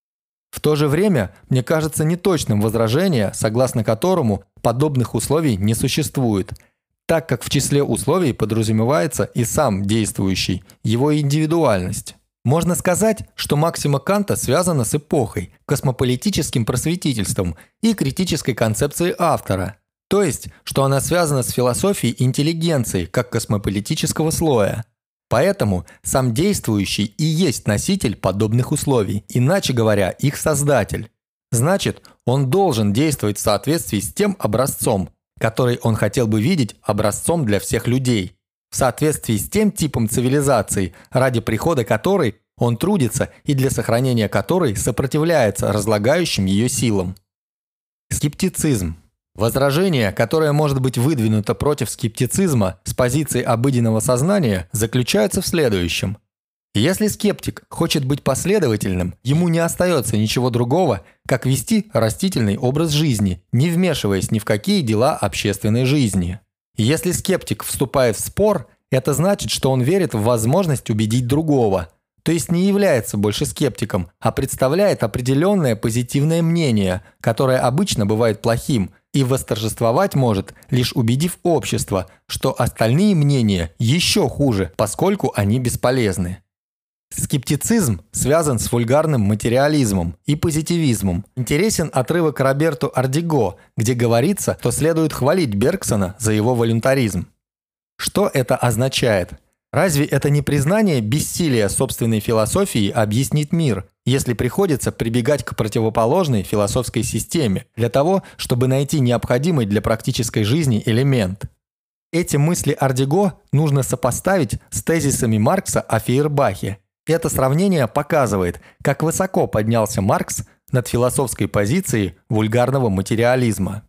В то же время мне кажется неточным возражение, согласно которому подобных условий не существует, так как в числе условий подразумевается и сам действующий, его индивидуальность. Можно сказать, что максима Канта связана с эпохой, космополитическим просветительством и критической концепцией автора, то есть, что она связана с философией интеллигенции как космополитического слоя. Поэтому сам действующий и есть носитель подобных условий, иначе говоря, их создатель. Значит, он должен действовать в соответствии с тем образцом, который он хотел бы видеть образцом для всех людей, в соответствии с тем типом цивилизации, ради прихода которой он трудится и для сохранения которой сопротивляется разлагающим ее силам. Скептицизм. Возражение, которое может быть выдвинуто против скептицизма с позиции обыденного сознания, заключается в следующем. Если скептик хочет быть последовательным, ему не остается ничего другого, как вести растительный образ жизни, не вмешиваясь ни в какие дела общественной жизни. Если скептик вступает в спор, это значит, что он верит в возможность убедить другого, то есть не является больше скептиком, а представляет определенное позитивное мнение, которое обычно бывает плохим, и восторжествовать может, лишь убедив общество, что остальные мнения еще хуже, поскольку они бесполезны. Скептицизм связан с вульгарным материализмом и позитивизмом. Интересен отрывок Роберту Ардиго, где говорится, что следует хвалить Бергсона за его волюнтаризм. Что это означает? Разве это не признание бессилия собственной философии объяснить мир, если приходится прибегать к противоположной философской системе для того, чтобы найти необходимый для практической жизни элемент? Эти мысли Ардиго нужно сопоставить с тезисами Маркса о Фейербахе. Это сравнение показывает, как высоко поднялся Маркс над философской позицией вульгарного материализма.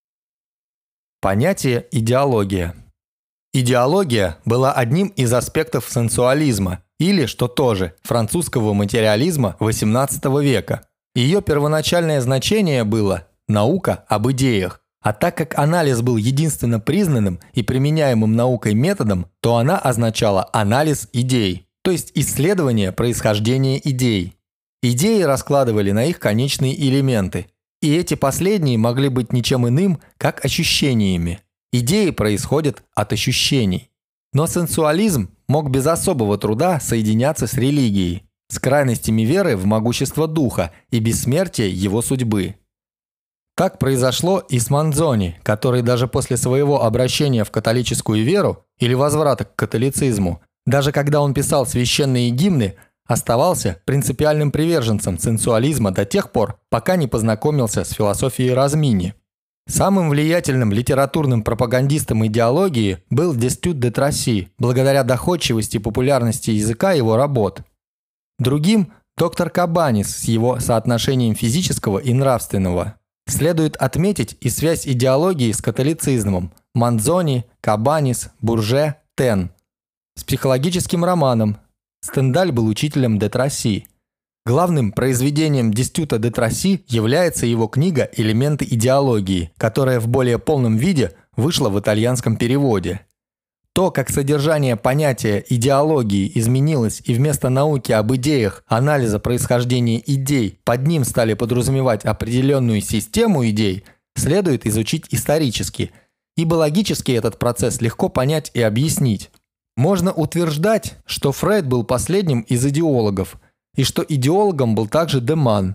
Понятие «идеология». Идеология была одним из аспектов сенсуализма, или, что тоже, французского материализма XVIII века. Ее первоначальное значение было «наука об идеях», а так как анализ был единственно признанным и применяемым наукой методом, то она означала анализ идей, то есть исследование происхождения идей. Идеи раскладывали на их конечные элементы, и эти последние могли быть ничем иным, как ощущениями. Идеи происходят от ощущений. Но сенсуализм мог без особого труда соединяться с религией, с крайностями веры в могущество духа и бессмертие его судьбы. Так произошло и с Манзони, который даже после своего обращения в католическую веру или возврата к католицизму, даже когда он писал священные гимны, оставался принципиальным приверженцем сенсуализма до тех пор, пока не познакомился с философией Размини. Самым влиятельным литературным пропагандистом идеологии был Дестют де Тросси, благодаря доходчивости и популярности языка его работ. Другим – доктор Кабанис с его соотношением физического и нравственного. Следует отметить и связь идеологии с католицизмом – Манзони, Кабанис, Бурже, Тен. С психологическим романом. Стендаль был учителем де Тросси. Главным произведением Дестюта де Тросси является его книга «Элементы идеологии», которая в более полном виде вышла в итальянском переводе. То, как содержание понятия идеологии изменилось и вместо науки об идеях, анализа происхождения идей, под ним стали подразумевать определенную систему идей, следует изучить исторически, ибо логически этот процесс легко понять и объяснить. Можно утверждать, что Фрейд был последним из идеологов, и что идеологом был также Деман.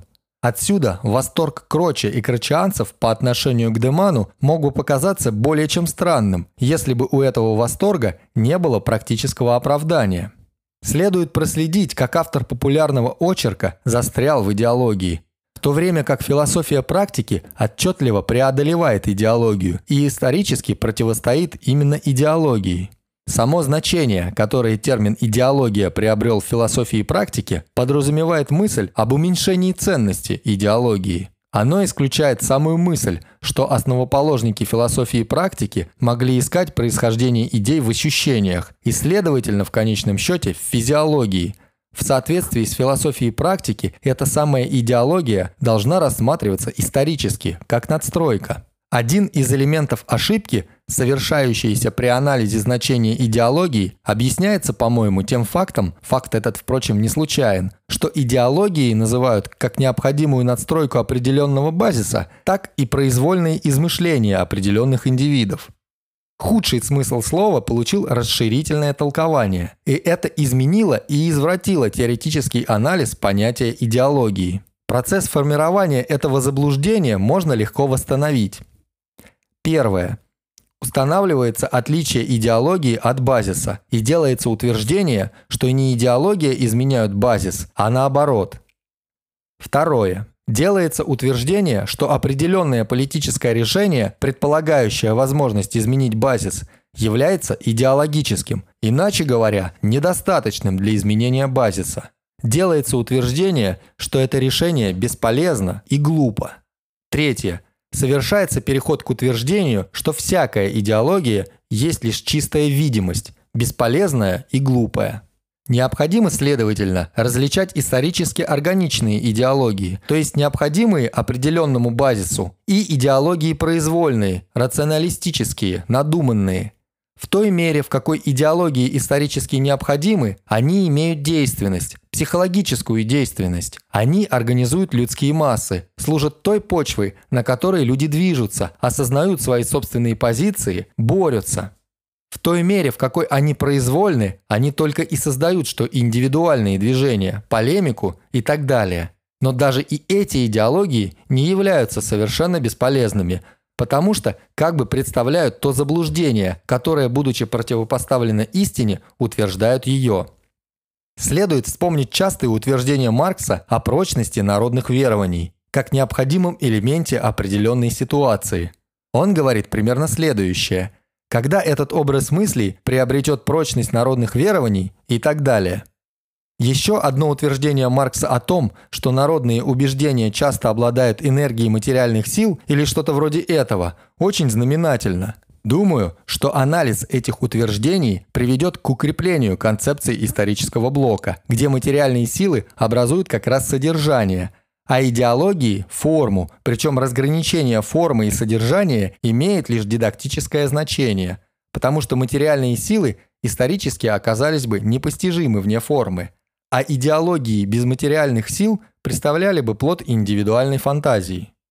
Отсюда восторг Кроче и крочианцев по отношению к Деману мог бы показаться более чем странным, если бы у этого восторга не было практического оправдания. Следует проследить, как автор популярного очерка застрял в идеологии, в то время как философия практики отчетливо преодолевает идеологию и исторически противостоит именно идеологии. Само значение, которое термин «идеология» приобрел в философии практики, подразумевает мысль об уменьшении ценности идеологии. Оно исключает самую мысль, что основоположники философии практики могли искать происхождение идей в ощущениях и, следовательно, в конечном счете, в физиологии. В соответствии с философией практики эта самая идеология должна рассматриваться исторически, как надстройка. Один из элементов ошибки, совершающейся при анализе значения идеологии, объясняется, по-моему, тем фактом, факт этот, впрочем, не случайен, что идеологией называют как необходимую надстройку определенного базиса, так и произвольные измышления определенных индивидов. Худший смысл слова получил расширительное толкование, и это изменило и извратило теоретический анализ понятия идеологии. Процесс формирования этого заблуждения можно легко восстановить. Первое. Устанавливается отличие идеологии от базиса, и делается утверждение, что не идеология изменяет базис, а наоборот. Второе. Делается утверждение, что определенное политическое решение, предполагающее возможность изменить базис, является идеологическим, иначе говоря, недостаточным для изменения базиса. Делается утверждение, что это решение бесполезно и глупо. Третье. Совершается переход к утверждению, что всякая идеология есть лишь чистая видимость, бесполезная и глупая. Необходимо, следовательно, различать исторически органичные идеологии, то есть необходимые определенному базису, и идеологии произвольные, рационалистические, надуманные. В той мере, в какой идеологии исторически необходимы, они имеют действенность, психологическую действенность. Они организуют людские массы, служат той почвой, на которой люди движутся, осознают свои собственные позиции, борются. В той мере, в какой они произвольны, они только и создают, что индивидуальные движения, полемику и так далее. Но даже и эти идеологии не являются совершенно бесполезными, потому что как бы представляют то заблуждение, которое, будучи противопоставлено истине, утверждают ее. Следует вспомнить частые утверждения Маркса о прочности народных верований, как необходимом элементе определенной ситуации. Он говорит примерно следующее: когда этот образ мыслей приобретет прочность народных верований и так далее. Еще одно утверждение Маркса о том, что народные убеждения часто обладают энергией материальных сил или что-то вроде этого, очень знаменательно. Думаю, что анализ этих утверждений приведет к укреплению концепции исторического блока, где материальные силы образуют как раз содержание, а идеологии – форму, причем разграничение формы и содержания имеет лишь дидактическое значение, потому что материальные силы исторически оказались бы непостижимы вне формы, а идеологии без материальных сил представляли бы плод индивидуальной фантазии.